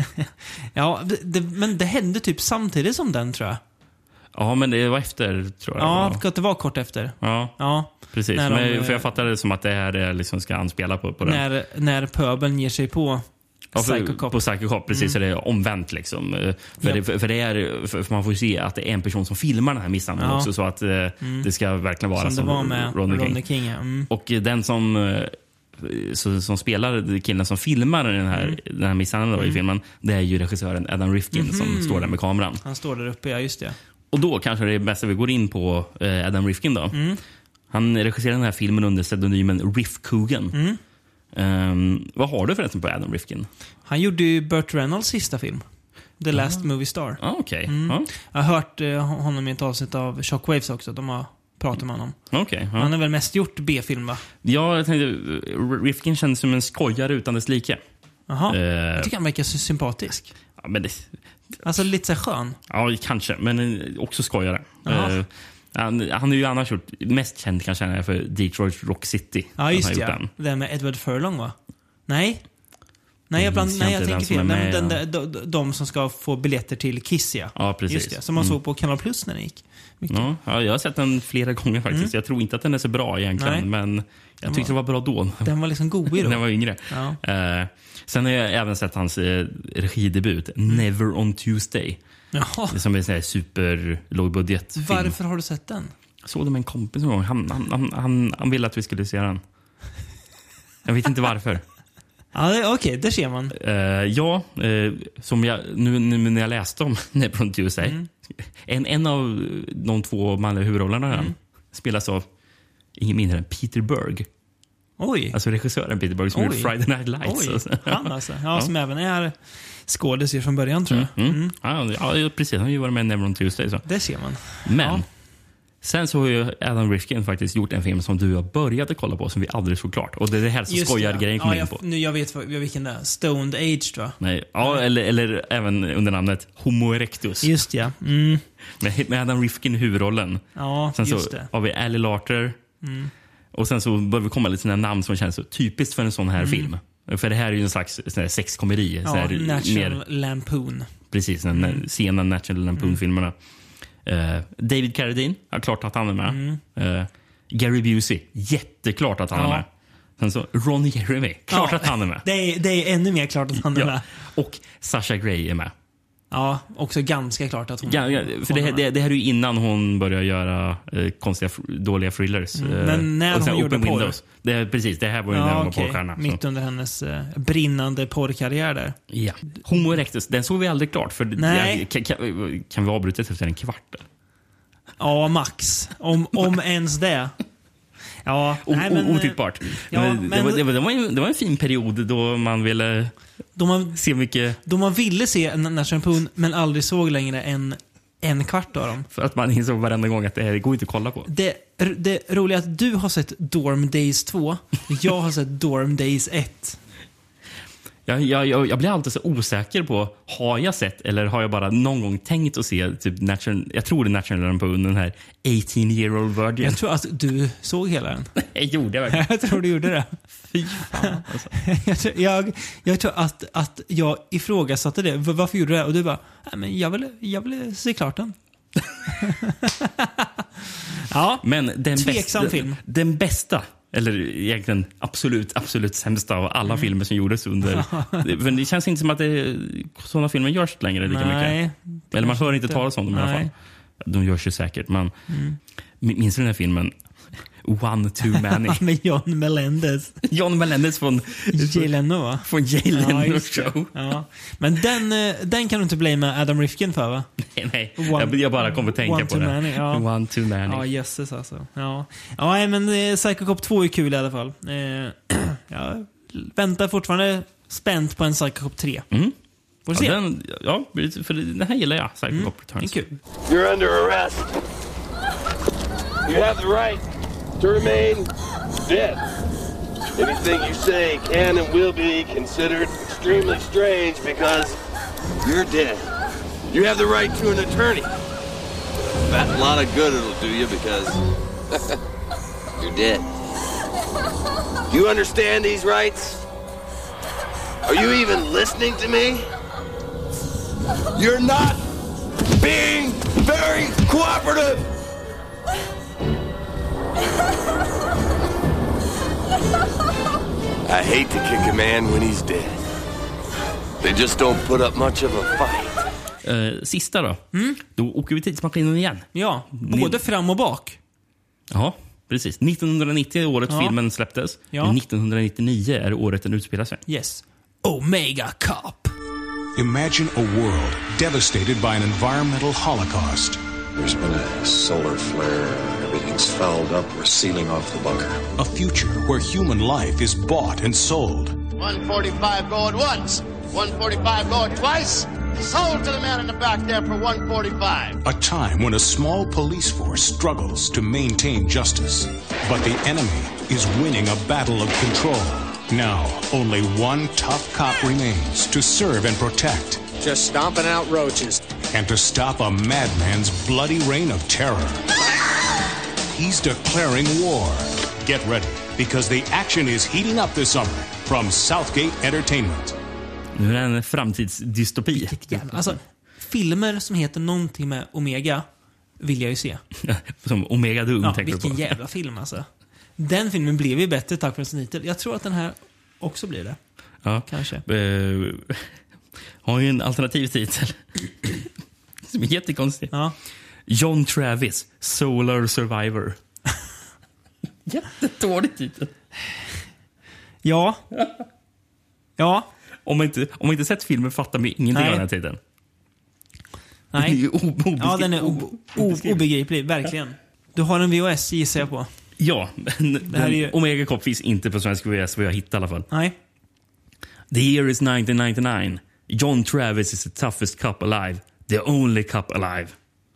Ja, det, det, men det hände typ samtidigt som den, tror jag. Ja, men det var efter, tror jag. Ja, det var. för att det var kort efter. Ja, Ja, precis. När de, Men, för jag fattar det som att det här är liksom ska anspela på, på den. när, när pöbeln ger sig på Ja, för, Psycho Cop. På Psycho Cop, precis. Mm. Så det är omvänt liksom. Eh, För, Ja. det, för, för, det är, för, för man får ju se att det är en person som filmar den här misshandeln Ja. också. Så att eh, Mm. det ska verkligen vara Som som, det var med Rodney King. Rodney King, ja. Mm. Och eh, den som, eh, så, som spelar killen som filmar den här, Mm. den här misshandeln då, i Mm. filmen, det är ju regissören Adam Rifkin som Mhm. står där med kameran. Han står där uppe, ja just det. Och då kanske det är bäst att vi går in på eh, Adam Rifkin då. Mm. Han regisserade den här filmen under pseudonymen Riff Coogan. Mm. Ehm, vad har du förresten på Adam Rifkin? Han gjorde ju Burt Reynolds sista film. The Last Movie Star. Ah, okej. Mm. Ja. Jag har hört eh, honom i ett avsnitt av Shockwaves också. De har pratat med honom. Okej, ja. Han har väl mest gjort B-film, va? Ja, jag tänkte, Rifkin känns som en skojare utan dess like. Jaha. Eh, Jag tycker han verkar så sympatisk. Ja, men det, Alltså lite så här skön. ja, kanske, men eh, också skojare. Jaha. Eh, han, han är ju annars gjort, mest känd kanske han är för Detroit Rock City. Ja, just Han det. har Ja. gjort den. Det med Edward Furlong, va? Nej. Nej, jag, Jag bland, minns nej, inte jag vem tänker som fel. är Nej, men med, den, de, de, de som ska få biljetter till Kiss, ja. Ja, precis. Just det. Som man Mm. såg på Kanal Plus när den gick. Mycket. Ja, ja, jag har sett den flera gånger faktiskt. Mm. Jag tror inte att den är så bra egentligen, Nej. men jag Den tyckte var- det var bra då. Den var liksom god i då. När jag var yngre. Ja. Eh, sen har jag även sett hans eh, regidebut, Never on Tuesday. Jaha. Det är som en sån här super lågbudgetfilm. Varför har du sett den? Jag såg det med en kompis en gång. Han, han, han, han, han ville att vi skulle se den. Jag vet inte varför. Ja, det- okej, där ser man. Eh, ja, eh, som jag, nu, nu när jag läste om Never on Tuesday. Mm. En, en av de två manliga huvudrollerna mm. spelas av ingen mindre än Peter Berg. Oj. Alltså regissören Peter Berg som Oj. gjorde Friday Night Lights. Oj, och så. han alltså. Ja, som även är skådespelare från början, tror jag. Mm. Mm. Ja, ja, precis. Han har ju varit med i Never on Tuesday. Så. Det ser man. Men Ja. sen så har ju Adam Rifkin faktiskt gjort en film som du har börjat att kolla på som vi aldrig såg klart. Och det är det här som Just skojar-grejen det. kommer Ja, in jag, på. nu, jag vet vad- vilken det är. Stoned Age, tror jag. Nej, ja, eller, eller även under namnet Homo erectus. Just ja. Mm. Med, med Adam Rifkin i huvudrollen. Ja, Sen just så det. har vi Ali Larter. Mm. Och sen så börjar vi komma lite sådana namn som känns så typiskt för en sån här Mm. film. För det här är ju en slags sån här sexkomedi. Ja, så här, National mer, Lampoon. precis, den Mm. sena National Lampoon-filmerna. Eh, David Carradine, har klart att han är med. Mm. Eh, Gary Busey, jätteklart att han Ja. är med. Sen så Ron Jeremy, klart Ja, att han är med. Det är, det är ännu mer klart att han är Ja. med. Och Sasha Grey är med. Ja, också ganska klart att hon, Ja, ja, för hon det, är med. det, det här är ju innan hon börjar göra eh, konstiga, fr- dåliga thrillers. Mm, Eh, men när och sen hon gjorde Open porr. Windows. Det är, precis, det här var ju när Ja, hon var okej. porrstjärna. så. Mitt under hennes eh, brinnande porrkarriär där. Ja. Homo erectus, den såg vi aldrig klart. För Nej. Jag, kan, kan, kan vi avbryta efter en kvart? Ja, max. Om, om ens det. Ja, O, nej, men, o, otippbart. ja, Men men- det, var, det, var, det, var en, det var en fin period då man ville Då man, se mycket. då man ville se en National Lampoon men aldrig såg längre än en kvart av dem. För att man insåg varenda gång att det här går inte att kolla på. Det, det roliga är att du har sett Dorm Days två. Jag har sett Dorm Days ett. Jag, jag, jag, jag blir alltid så osäker på, har jag sett eller har jag bara någon gång tänkt att se typ National, jag tror det är National Lampoon, den här eighteen year old virgin. Jag tror att du såg hela den. Jag gjorde jag verkligen. Jag tror du gjorde det. Fy fan. Alltså. jag, tror, jag, jag tror att, att jag ifrågasatte det. V- Varför gjorde du det? Och du bara, nej men jag ville, jag ville se klart den. Ja, Men den tveksam bästa, film. Den bästa, eller egentligen absolut, absolut sämsta av alla Mm. filmer som gjordes under... för det känns inte som att det, sådana filmer görs längre lika Nej, mycket. Eller man hör inte talas om dem i alla fall. Nej. De görs ju säkert, men Mm. minns du den här filmen One too many. Med John Melendez. John Melendez från Jay Leno, va? Från Jay Leno ja, show. Ja. Men den, den kan du inte blamea Adam Rifkin för, va? Nej, nej. One, jag bara kommer att tänka på det. Many, ja. One too many. Ja, jösses alltså. Ja, ja men eh, Psycho Cop två är kul i alla fall. Eh, jag väntar fortfarande spänt på en Psycho Cop tre. Mm. Får du se? Ja, den, ja, för den här gillar jag. Psycho mm. Cop Returns. Det är kul. You're under arrest. You have the right to remain dead. Anything you say can and will be considered extremely strange because you're dead. You have the right to an attorney. That's a lot of good it'll do you because you're dead. Do you understand these rights? Are you even listening to me? You're not being very cooperative. I hate to kick a man when he's dead. They just don't put up much of a fight. Uh, sista då. Mm. Då åker vi tidsmaskinen igen. Ja, både fram och bak. Ja, precis. nittonhundranittio är året ja. filmen släpptes. Ja. Men nittonhundranittio är året den utspelar sig. Yes. Omega Cop. Imagine a world devastated by an environmental holocaust. There's been a solar flare. Everything's fouled up. We're sealing off the bunker. A future where human life is bought and sold. one forty-five going once. one forty-five going twice. Sold to the man in the back there for one forty-five. A time when a small police force struggles to maintain justice. But the enemy is winning a battle of control. Now, only one tough cop remains to serve and protect. Just stomping out roaches. And to stop a madman's bloody reign of terror. He's declaring war. Get ready, because the action is heating up this summer from Southgate Entertainment. Nu är det en framtidsdystopi. Alltså, filmer som heter någonting med Omega vill jag ju se. Som Omega Doom, ja, tänker du på. Vilken jävla film alltså. Den filmen blev ju bättre tack vare sin titel. Jag tror att den här också blir det. Ja. Kanske. Uh, har ju en alternativ titel. Som är jättekonstig. Ja. John Travis, Solar Survivor. Jättedålig titel. Ja. Ja. Om man inte, om man inte sett filmen fattar man ingenting av den här titeln. Nej. Det är ju obegriplig. Ja, den är ob- ob- obegriplig, verkligen. Du har en V H S, gissar jag på. Ja, men det här är ju... Omega Cop finns inte på svensk V H S vad jag hittar i alla fall. Nej. The year is nineteen ninety-nine. John Travis is the toughest cop alive. The only cop alive.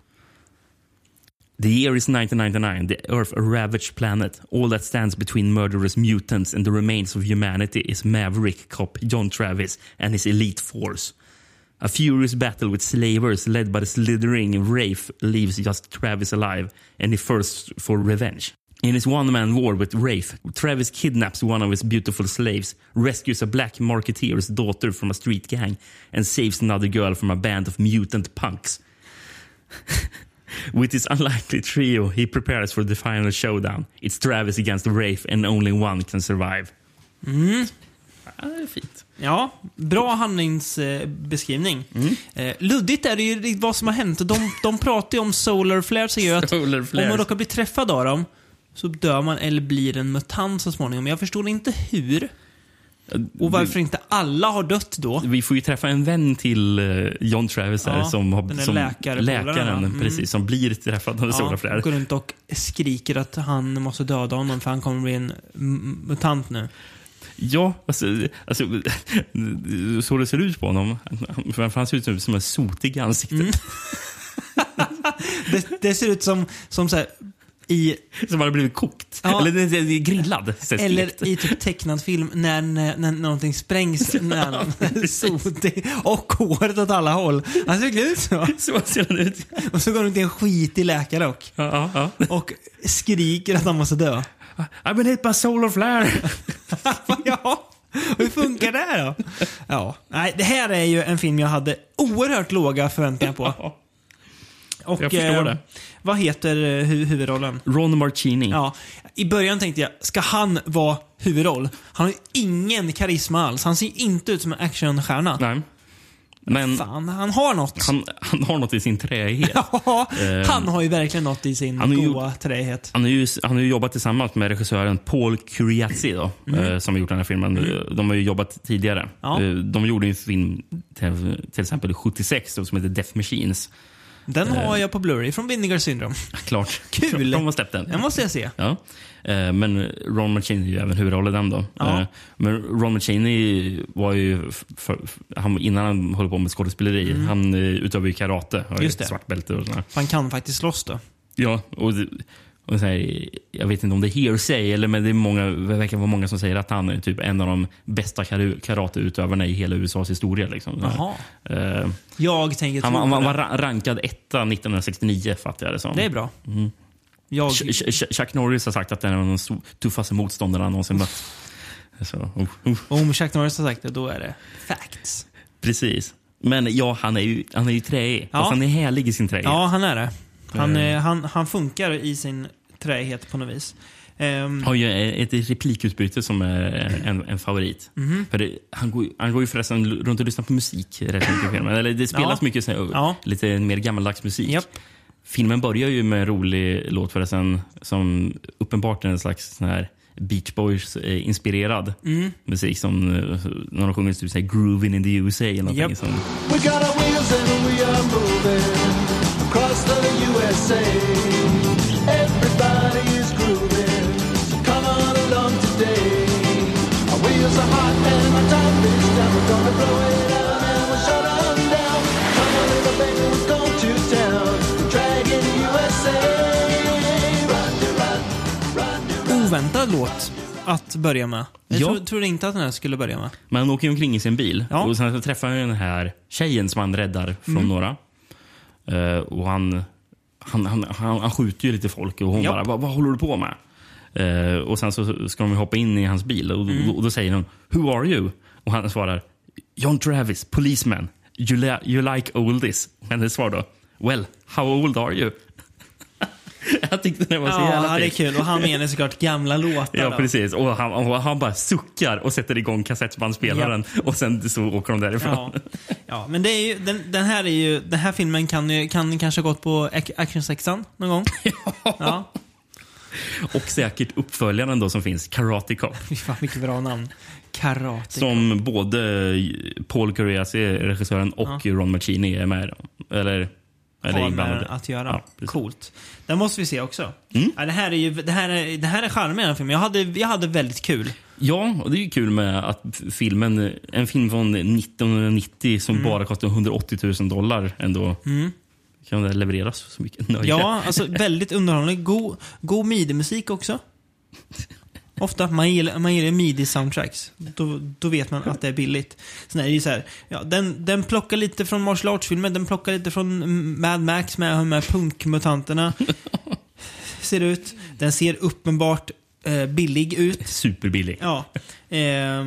The year is nineteen ninety-nine. The Earth a ravaged planet. All that stands between murderous mutants and the remains of humanity is Maverick cop John Travis and his elite force. A furious battle with slavers led by the slithering Wraith leaves just Travis alive, and he thirsts for revenge. In his one-man war with Wraith, Travis kidnaps one of his beautiful slaves, rescues a black marketeer's daughter from a street gang, and saves another girl from a band of mutant punks. With his unlikely trio, he prepares for the final showdown. It's Travis against Wraith, and only one can survive. Mm. Ja, det är fint. Ja, bra handlingsbeskrivning. Mm. Eh, luddigt är det ju vad som har hänt. De, de pratar ju om solar flares och gör att Solar flares. om man råkar bli träffad av dem så dör man eller blir en mutant så småningom. Jag förstår inte hur. Och varför inte alla har dött då. Vi får ju träffa en vän till John Travis här, ja, som har som läkare läkaren mm. precis, som blir träffad av ja, solar flare. Går runt och skriker att han måste döda honom för han kommer bli en mutant nu. Ja, alltså, alltså så det ser ut på honom. För han ser ut som en sotig ansikte. Mm. det, det ser ut som, som så här, i... Som har blivit kokt. Ja. Eller det är grillad. Eller i typ tecknad film när, när, när någonting sprängs. När någon sotig och håret åt alla håll. Han ser ut så. Så ser han ut. Och så går han till en skitig läkare och, ja, ja, ja. och skriker att han måste dö. I've been hit by solar flare. Ja, hur funkar det då? Ja, nej, det här är ju en film jag hade oerhört låga förväntningar på. Och, jag förstår eh, det. Vad heter hu- huvudrollen? Ron Marchini. Ja, i början tänkte jag, ska han vara huvudroll? Han har ju ingen karisma alls. Han ser inte ut som en actionstjärna. Nej. Men fan, han har något. Han, han har något i sin träighet. Ja, han har ju verkligen något i sin han goa ju, träighet. Han har ju han har ju jobbat tillsammans med regissören Paul Curiazzi då, mm. som har gjort den här filmen. Mm. De har ju jobbat tidigare. Ja. De gjorde ju en film till, till exempel sjuttiosex då, som heter Death Machines. Den har jag på Blu-ray från Vinegar Syndrome. Klart. Kul. De har släppt den. Den måste jag se. Ja. Men Ron Mancini är ju även huvudrollen den då. Ja. Men Ron Mancini var ju för, han, innan han höll på med skådespeleri, mm. han utövade ju karate och just det. Svart bälte och sådär. Han kan faktiskt slåss då. Ja, och, och så här, jag vet inte om det är hearsay eller men det är många, det verkar vara många som säger att han är typ en av de bästa karateutövarna i hela U S A:s historia liksom. Jaha. Uh, jag tänker han, han, han var rankad etta nittonhundrasextionio, fattar jag det som. Det är bra. Mm. Jag... Chuck Norris har sagt att den är de tuffaste motståndarna han någonsin mött. Så, uh, uh. Om Chuck Norris har sagt det, då är det facts. Precis. Men ja, han är ju, han är ju träig. Ja. Fast han är härlig i sin träighet. Ja, han är det. Han, mm. han, han funkar i sin träighet på något vis. Um, har ju ett replikutbyte som är en, en favorit. Mm-hmm. För det, han, går, han går ju förresten runt och lyssnar på musik rätt mycket i filmen. Eller det spelas ja. mycket så, ja. lite mer gammaldags musik. Yep. Filmen börjar ju med en rolig låt förresten som uppenbart är en slags sån här Beach Boys-inspirerad mm. musik som när de sjunger typ såhär Groovin' in the U S A eller någonting. Yep. Som... We got our wheels and we are moving across the U S A. Everybody is grooving, so come on along today. Our wheels are hot and our time is down. We're gonna blow it out and we'll shut them down. Come on little baby, we're going to town. We're dragging U S A. Run, run, run, run. Oväntad låt att börja med. Jag ja. trodde tro inte att den här skulle börja med. Men han åker ju omkring i sin bil. Ja. Och sen så träffar han den här tjejen som han räddar från mm. några. Uh, och han... Han, han, han, han skjuter ju lite folk och hon ja. bara, vad, vad håller du på med? Uh, och sen så ska de hoppa in i hans bil och, mm. och, och då säger hon, who are you? Och han svarar, John Travis, policeman. You, li- you like oldies. Men det svarar då, well, how old are you? Jag tyckte det var så ja, jävla ja, det är kul. Och han menar såklart gamla låtar. Ja, då. precis. Och han, och han bara suckar och sätter igång kassettbandspelaren ja. och sen så åker de därifrån. Ja, ja men det är ju, den, den här är ju, den här filmen kan ju, kan kanske ha gått på actionsexan någon gång. Ja. ja. Och säkert uppföljaren då som finns, Karate Cop. Fan, vilket bra namn. Karate Cop. Som både Paul Curiazzi, regissören, och ja. Ron Mancini är med. Eller... Har med att göra. Ja, coolt. Den måste vi se också. Mm. Ja, det här är ju det här är det här är charmen i den filmen. Jag hade jag hade väldigt kul. Ja, och det är ju kul med att filmen en film från nittonhundranittio som mm. bara kostar hundraåttio tusen dollar ändå. Mm. Kan det levereras så mycket nöje. Ja, alltså väldigt underhållande, god god midi-musik också. Ofta man gillar, man gillar midi-soundtracks. Då, då vet man att det är billigt. Sen är det ju så här, ja, den, den plockar lite från martial arts-filmer. Den plockar lite från Mad Max med, med punkmutanterna. Ser ut. Den ser uppenbart eh, billig ut. Superbillig. Ja. Eh,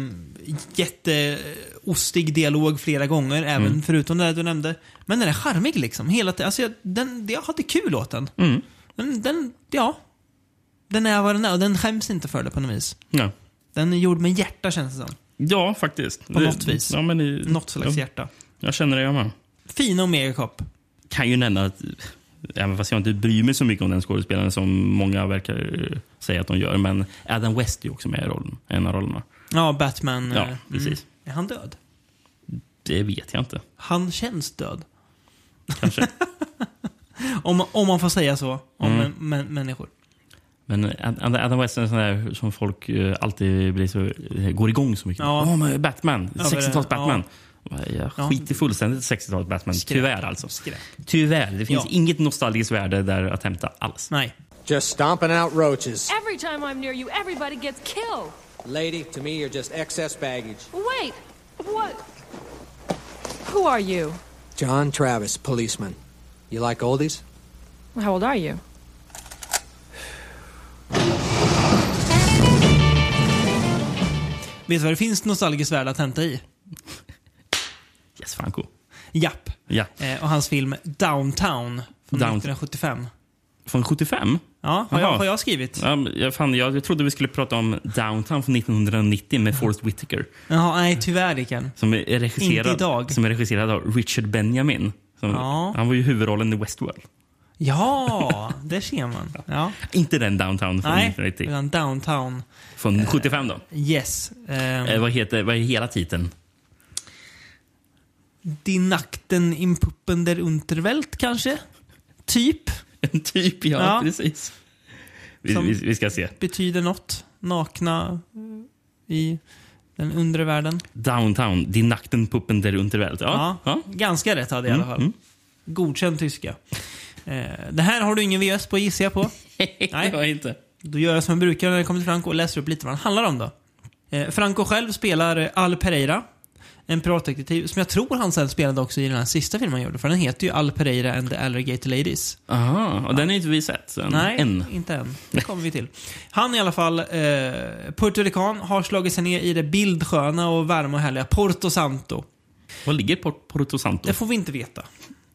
jätteostig dialog flera gånger. Även mm. förutom det du nämnde. Men den är charmig liksom. Hela tiden. Alltså, jag, den, jag hade kul åt den. Mm. Den, den, ja... Den är vad den är och den skäms inte för det på något vis. Ja. Den är gjord med hjärta, känns det som. Ja, faktiskt. På det, något vis. Ja, men det, något slags ja. hjärta. Jag känner det jag med. Fina Omega Cop. Kan ju nämna att, även fast jag inte bryr mig så mycket om den skådespelaren som många verkar säga att de gör, men Adam West är också med i rollen, en av rollerna. Ja, Batman. Ja, precis. Mm. Är han död? Det vet jag inte. Han känns död. Kanske. om, om man får säga så om mm. m- m- människor. Men Adam West är en sån där som folk alltid blir så, går igång så mycket. Ja, oh, men Batman, ja, sextiotals Batman. Ja. Jag skiter fullständigt sextiotals Batman. Skräp. Tyvärr alltså. Skräp. Tyvärr, det finns ja. inget nostalgiskt värde där att hämta alls. Nej. Just stomping out roaches. Every time I'm near you, everybody gets killed. Lady, to me you're just excess baggage. Wait, what? Who are you? John Travis, policeman. You like oldies? How old are you? Vet du vad det finns nostalgiskt värde att hämta i? Yes, Franco. Japp. Ja. Eh, och hans film Downtown från Down- nittonhundrasjuttiofem. Från sjuttiofem? Ja, har jag, har jag skrivit. Ja, jag, fan, jag, jag trodde vi skulle prata om Downtown från nittonhundranittio med Forrest Whitaker. Jaha, nej tyvärr Rickard. Som är regisserad, Inte idag. Som är regisserad av Richard Benjamin. Som, ja. Han var ju huvudrollen i Westworld. Ja, det ser man. Ja. Inte den Downtown från nej, nittonhundranittio. utan Downtown. Från eh, sjuttiofem då? Yes. Um, eh, vad, heter, vad är hela titeln? Die Nachten im Puppen der Unterwelt kanske? Typ. En typ, ja, ja. Precis. Vi, vi, vi ska se. Betyder något. Nakna i den undre världen. Downtown, Die Nachten Puppen der Unterwelt. Ja, ja, ja. Ganska rätt hade jag mm, i alla fall. Mm. Godkänd tyska. Eh, det här har du ingen V S på, gissar jag på. Nej, jag inte. Då gör jag som en brukare när det kommer till Franco och läser upp lite vad han handlar om då. Eh, Franco själv spelar Al Pereira. En piratdetektiv som jag tror han sen spelade också i den här sista filmen han gjorde. För den heter ju Al Pereira and the Alligator Ladies. Aha, och den är inte vi sett sen. Nej, än. inte än. Det kommer vi till. Han i alla fall, eh, puertorican, har slagit sig ner i det bildsköna och varma och härliga Porto Santo. Var ligger Port- Porto Santo? Det får vi inte veta.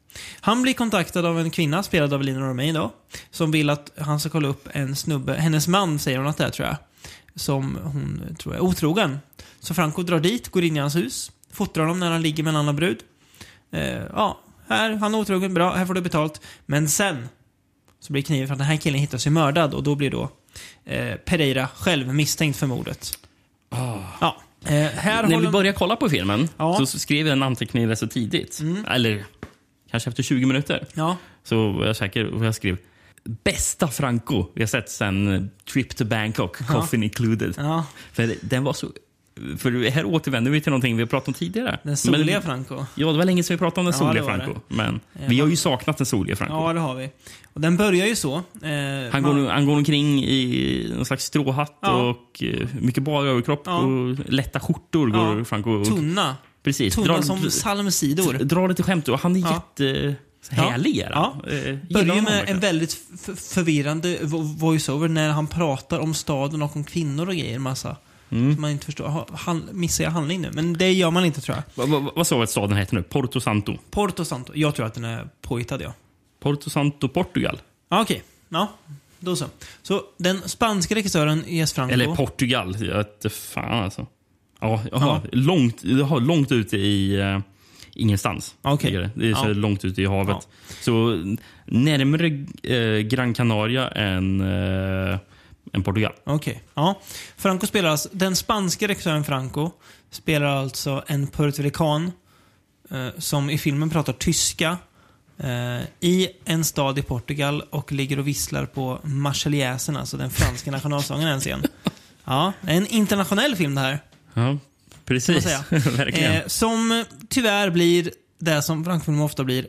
Han blir kontaktad av en kvinna, spelad av Lina Romain då, som vill att han ska kolla upp en snubbe. Hennes man säger hon att det är, tror jag. Som hon tror är otrogen. Så Franco drar dit, går in i hans hus. Fotar honom när han ligger med en annan brud. Eh, ja, här, han är otrogen, bra, här får du betalt. Men sen så blir kniven för att den här killen hittar sig mördad. Och då blir då eh, Pereira själv misstänkt för mordet. Oh. Ja. Eh, här när vi håller... började kolla på filmen ja. så skrev jag en anteckning rätt så tidigt. Mm. Eller kanske efter tjugo minuter. Ja. Så var jag säker och jag skrev bästa Franco vi har sett sen Trip to Bangkok, ja. Coffin included. Ja. För den var så... För här återvänder vi till någonting vi har pratat om tidigare. Den soliga men, Franco. Ja, det var länge sedan vi pratade om den ja, soliga Franco. Det. Men ja, vi har ju saknat den soliga Franco. Ja, det har vi. Och den börjar ju så. Eh, han, man... går, han går omkring i någon slags stråhatt ja. och mycket bar överkropp ja. och lätta skjortor ja. går Franco. Och, tunna. Precis. Tunna drar, som salmsidor. Drar lite skämt och han är ja. jätte... härlig är ja. ja. Eh, börjar med en väldigt f- förvirrande voiceover när han pratar om staden och om kvinnor och grejer. Massa. Mm. Man inte förstår. Han, missar jag handling nu? Men det gör man inte, tror jag. Va, va, vad sa att staden heter nu? Porto Santo? Porto Santo. Jag tror att den är påhittad, ja. Porto Santo, Portugal. Ah, okej. Okay. Ja, då så. Så den spanska regissören Jes Franco... Eller Portugal. Jag vet fan alltså. Ja, jag har, ja. Långt, jag har långt ute i... Uh, ingenstans. Okay. Det. det är så ja. långt ute i havet. Ja. Så närmare uh, Gran Canaria än... Uh, än Portugal. Okej. Okay. Ja. Franco spelar alltså, den spanska regissören Franco spelar alltså en puertorican eh, som i filmen pratar tyska eh, i en stad i Portugal och ligger och visslar på Marseljäsen, alltså den franska nationalsången ens igen. Ja, en internationell film det här. Ja, precis. Verkligen. Eh, som tyvärr blir det som Franco ofta blir,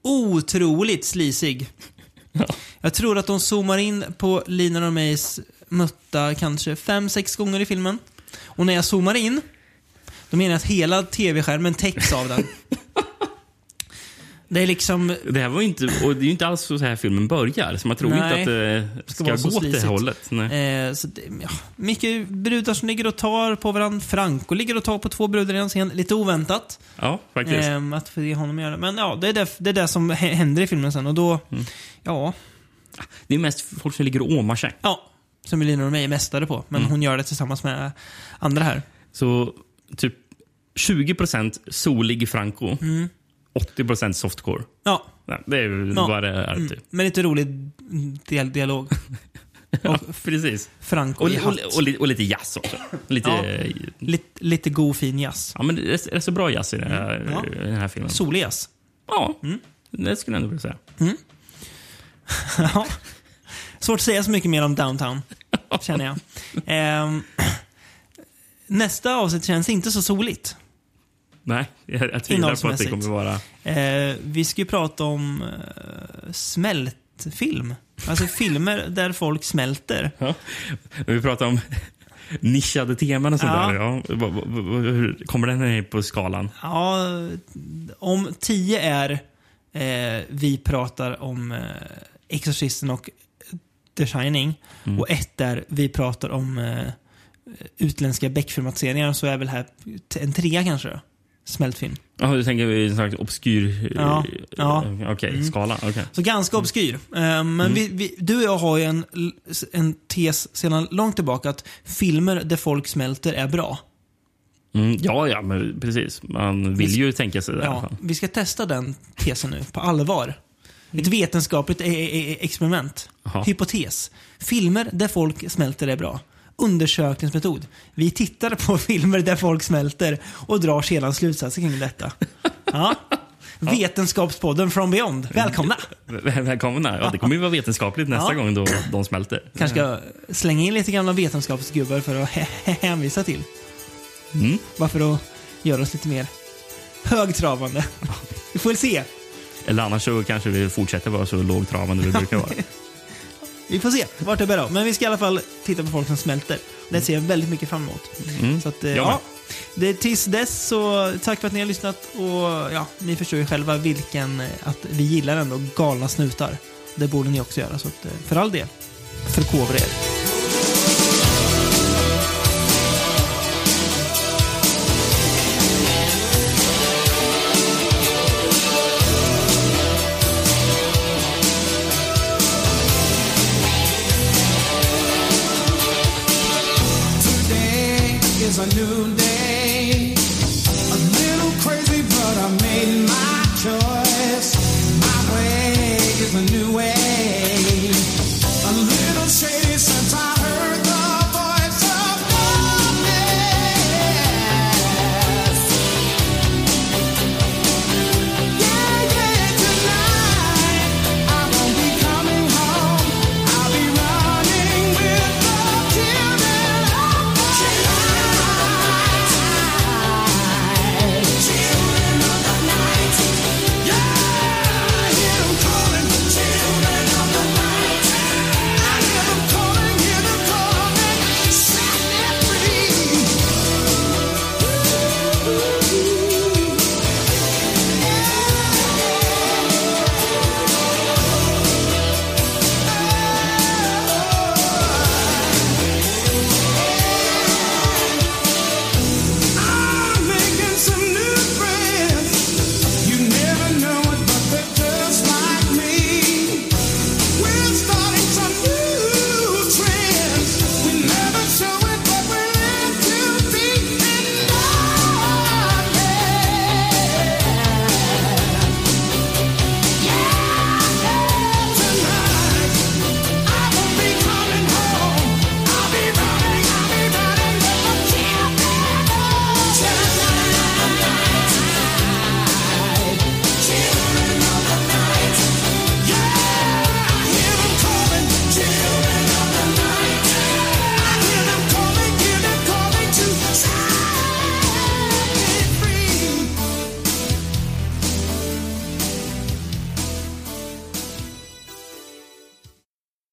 otroligt slisig. Ja. Jag tror att de zoomar in på Lina Romains mutta kanske fem, sex gånger i filmen. Och när jag zoomar in, då menar jag att hela tv-skärmen täcks av den. Det är liksom... Det här var inte, och det är ju inte alls så här filmen börjar. Så man tror Nej, inte att det ska, ska gå åt det här hållet. Eh, så det, ja, mycket brudar som ligger och tar på varandra. Franco ligger och tar på två brudar i en scen. Lite oväntat. Ja, faktiskt. Eh, att få ge honom göra. Men ja, det är det, det är det som händer i filmen sen. Och då, mm. ja... Det är mest folk som ligger och åmar sig. Ja, som Lina Romain är mästare på. Men mm. hon gör det tillsammans med andra här. Så typ tjugo procent solig Franco. Mm. åttio procent softcore. Ja. Ja, det är ju ja. vad det är. Typ. Mm. Men lite rolig dial- dialog. Ja, precis. Franco och, i och, och, och, och lite jazz också. Lite, ja. lite, lite god fin jazz. Ja, men det är, det är så bra jazz i den här, ja. i den här filmen. Solig jazz. Ja, mm. det skulle jag ändå vilja säga. Mm. Ja. Svårt att säga så mycket mer om Downtown, känner jag. Ehm, nästa avsnitt känns inte så soligt. Nej, jag, jag tvivlar på att det kommer vara... Ehm, vi ska ju prata om uh, smältfilm. Alltså filmer där folk smälter. Ja. Vi pratar om nischade teman och sådär. Ja. Ja. Hur kommer den här på skalan? Ja, om tio är eh, vi pratar om eh, Exorcisten och The Shining. Mm. Och ett där vi pratar om eh, utländska Beck-filmatiseringar, så är väl här en trea kanske då. smältfilm. Ja, du tänker en slags obskyr ja, ja. Okej, okay, mm. skala. Okay. Så ganska obskyr. Uh, men mm. vi, vi, du och jag har ju en, en tes sedan långt tillbaka att filmer där folk smälter är bra. Mm, ja, ja, men precis. Man vill ju tänka sig det. Ja, vi ska testa den tesen nu på allvar. Ett vetenskapligt e- e- experiment. Aha. Hypotes. Filmer där folk smälter är bra. Undersökningsmetod. Vi tittar på filmer där folk smälter och drar sedan slutsatser kring detta. Ja. Ja. Vetenskapspodden from beyond. Välkomna! Välkomna. Ja, det kommer ju vara vetenskapligt nästa ja. gång då de smälter. Kanske ska slänga in lite gamla vetenskapsgubbar för att hänvisa till. Mm. Varför att göra oss lite mer högtravande. Vi får väl se. Eller annars så kanske vi fortsätter vara så lågtravande vi brukar vara. Vi får se vart det bär av. Men vi ska i alla fall titta på folk som smälter. Det ser jag väldigt mycket fram emot. Mm. Så att, ja. ja. Det, tills dess så tack för att ni har lyssnat. Och ja, ni förstår ju själva vilken, att vi gillar ändå galna snutar. Det borde ni också göra. Så att, för all del, förkovra er.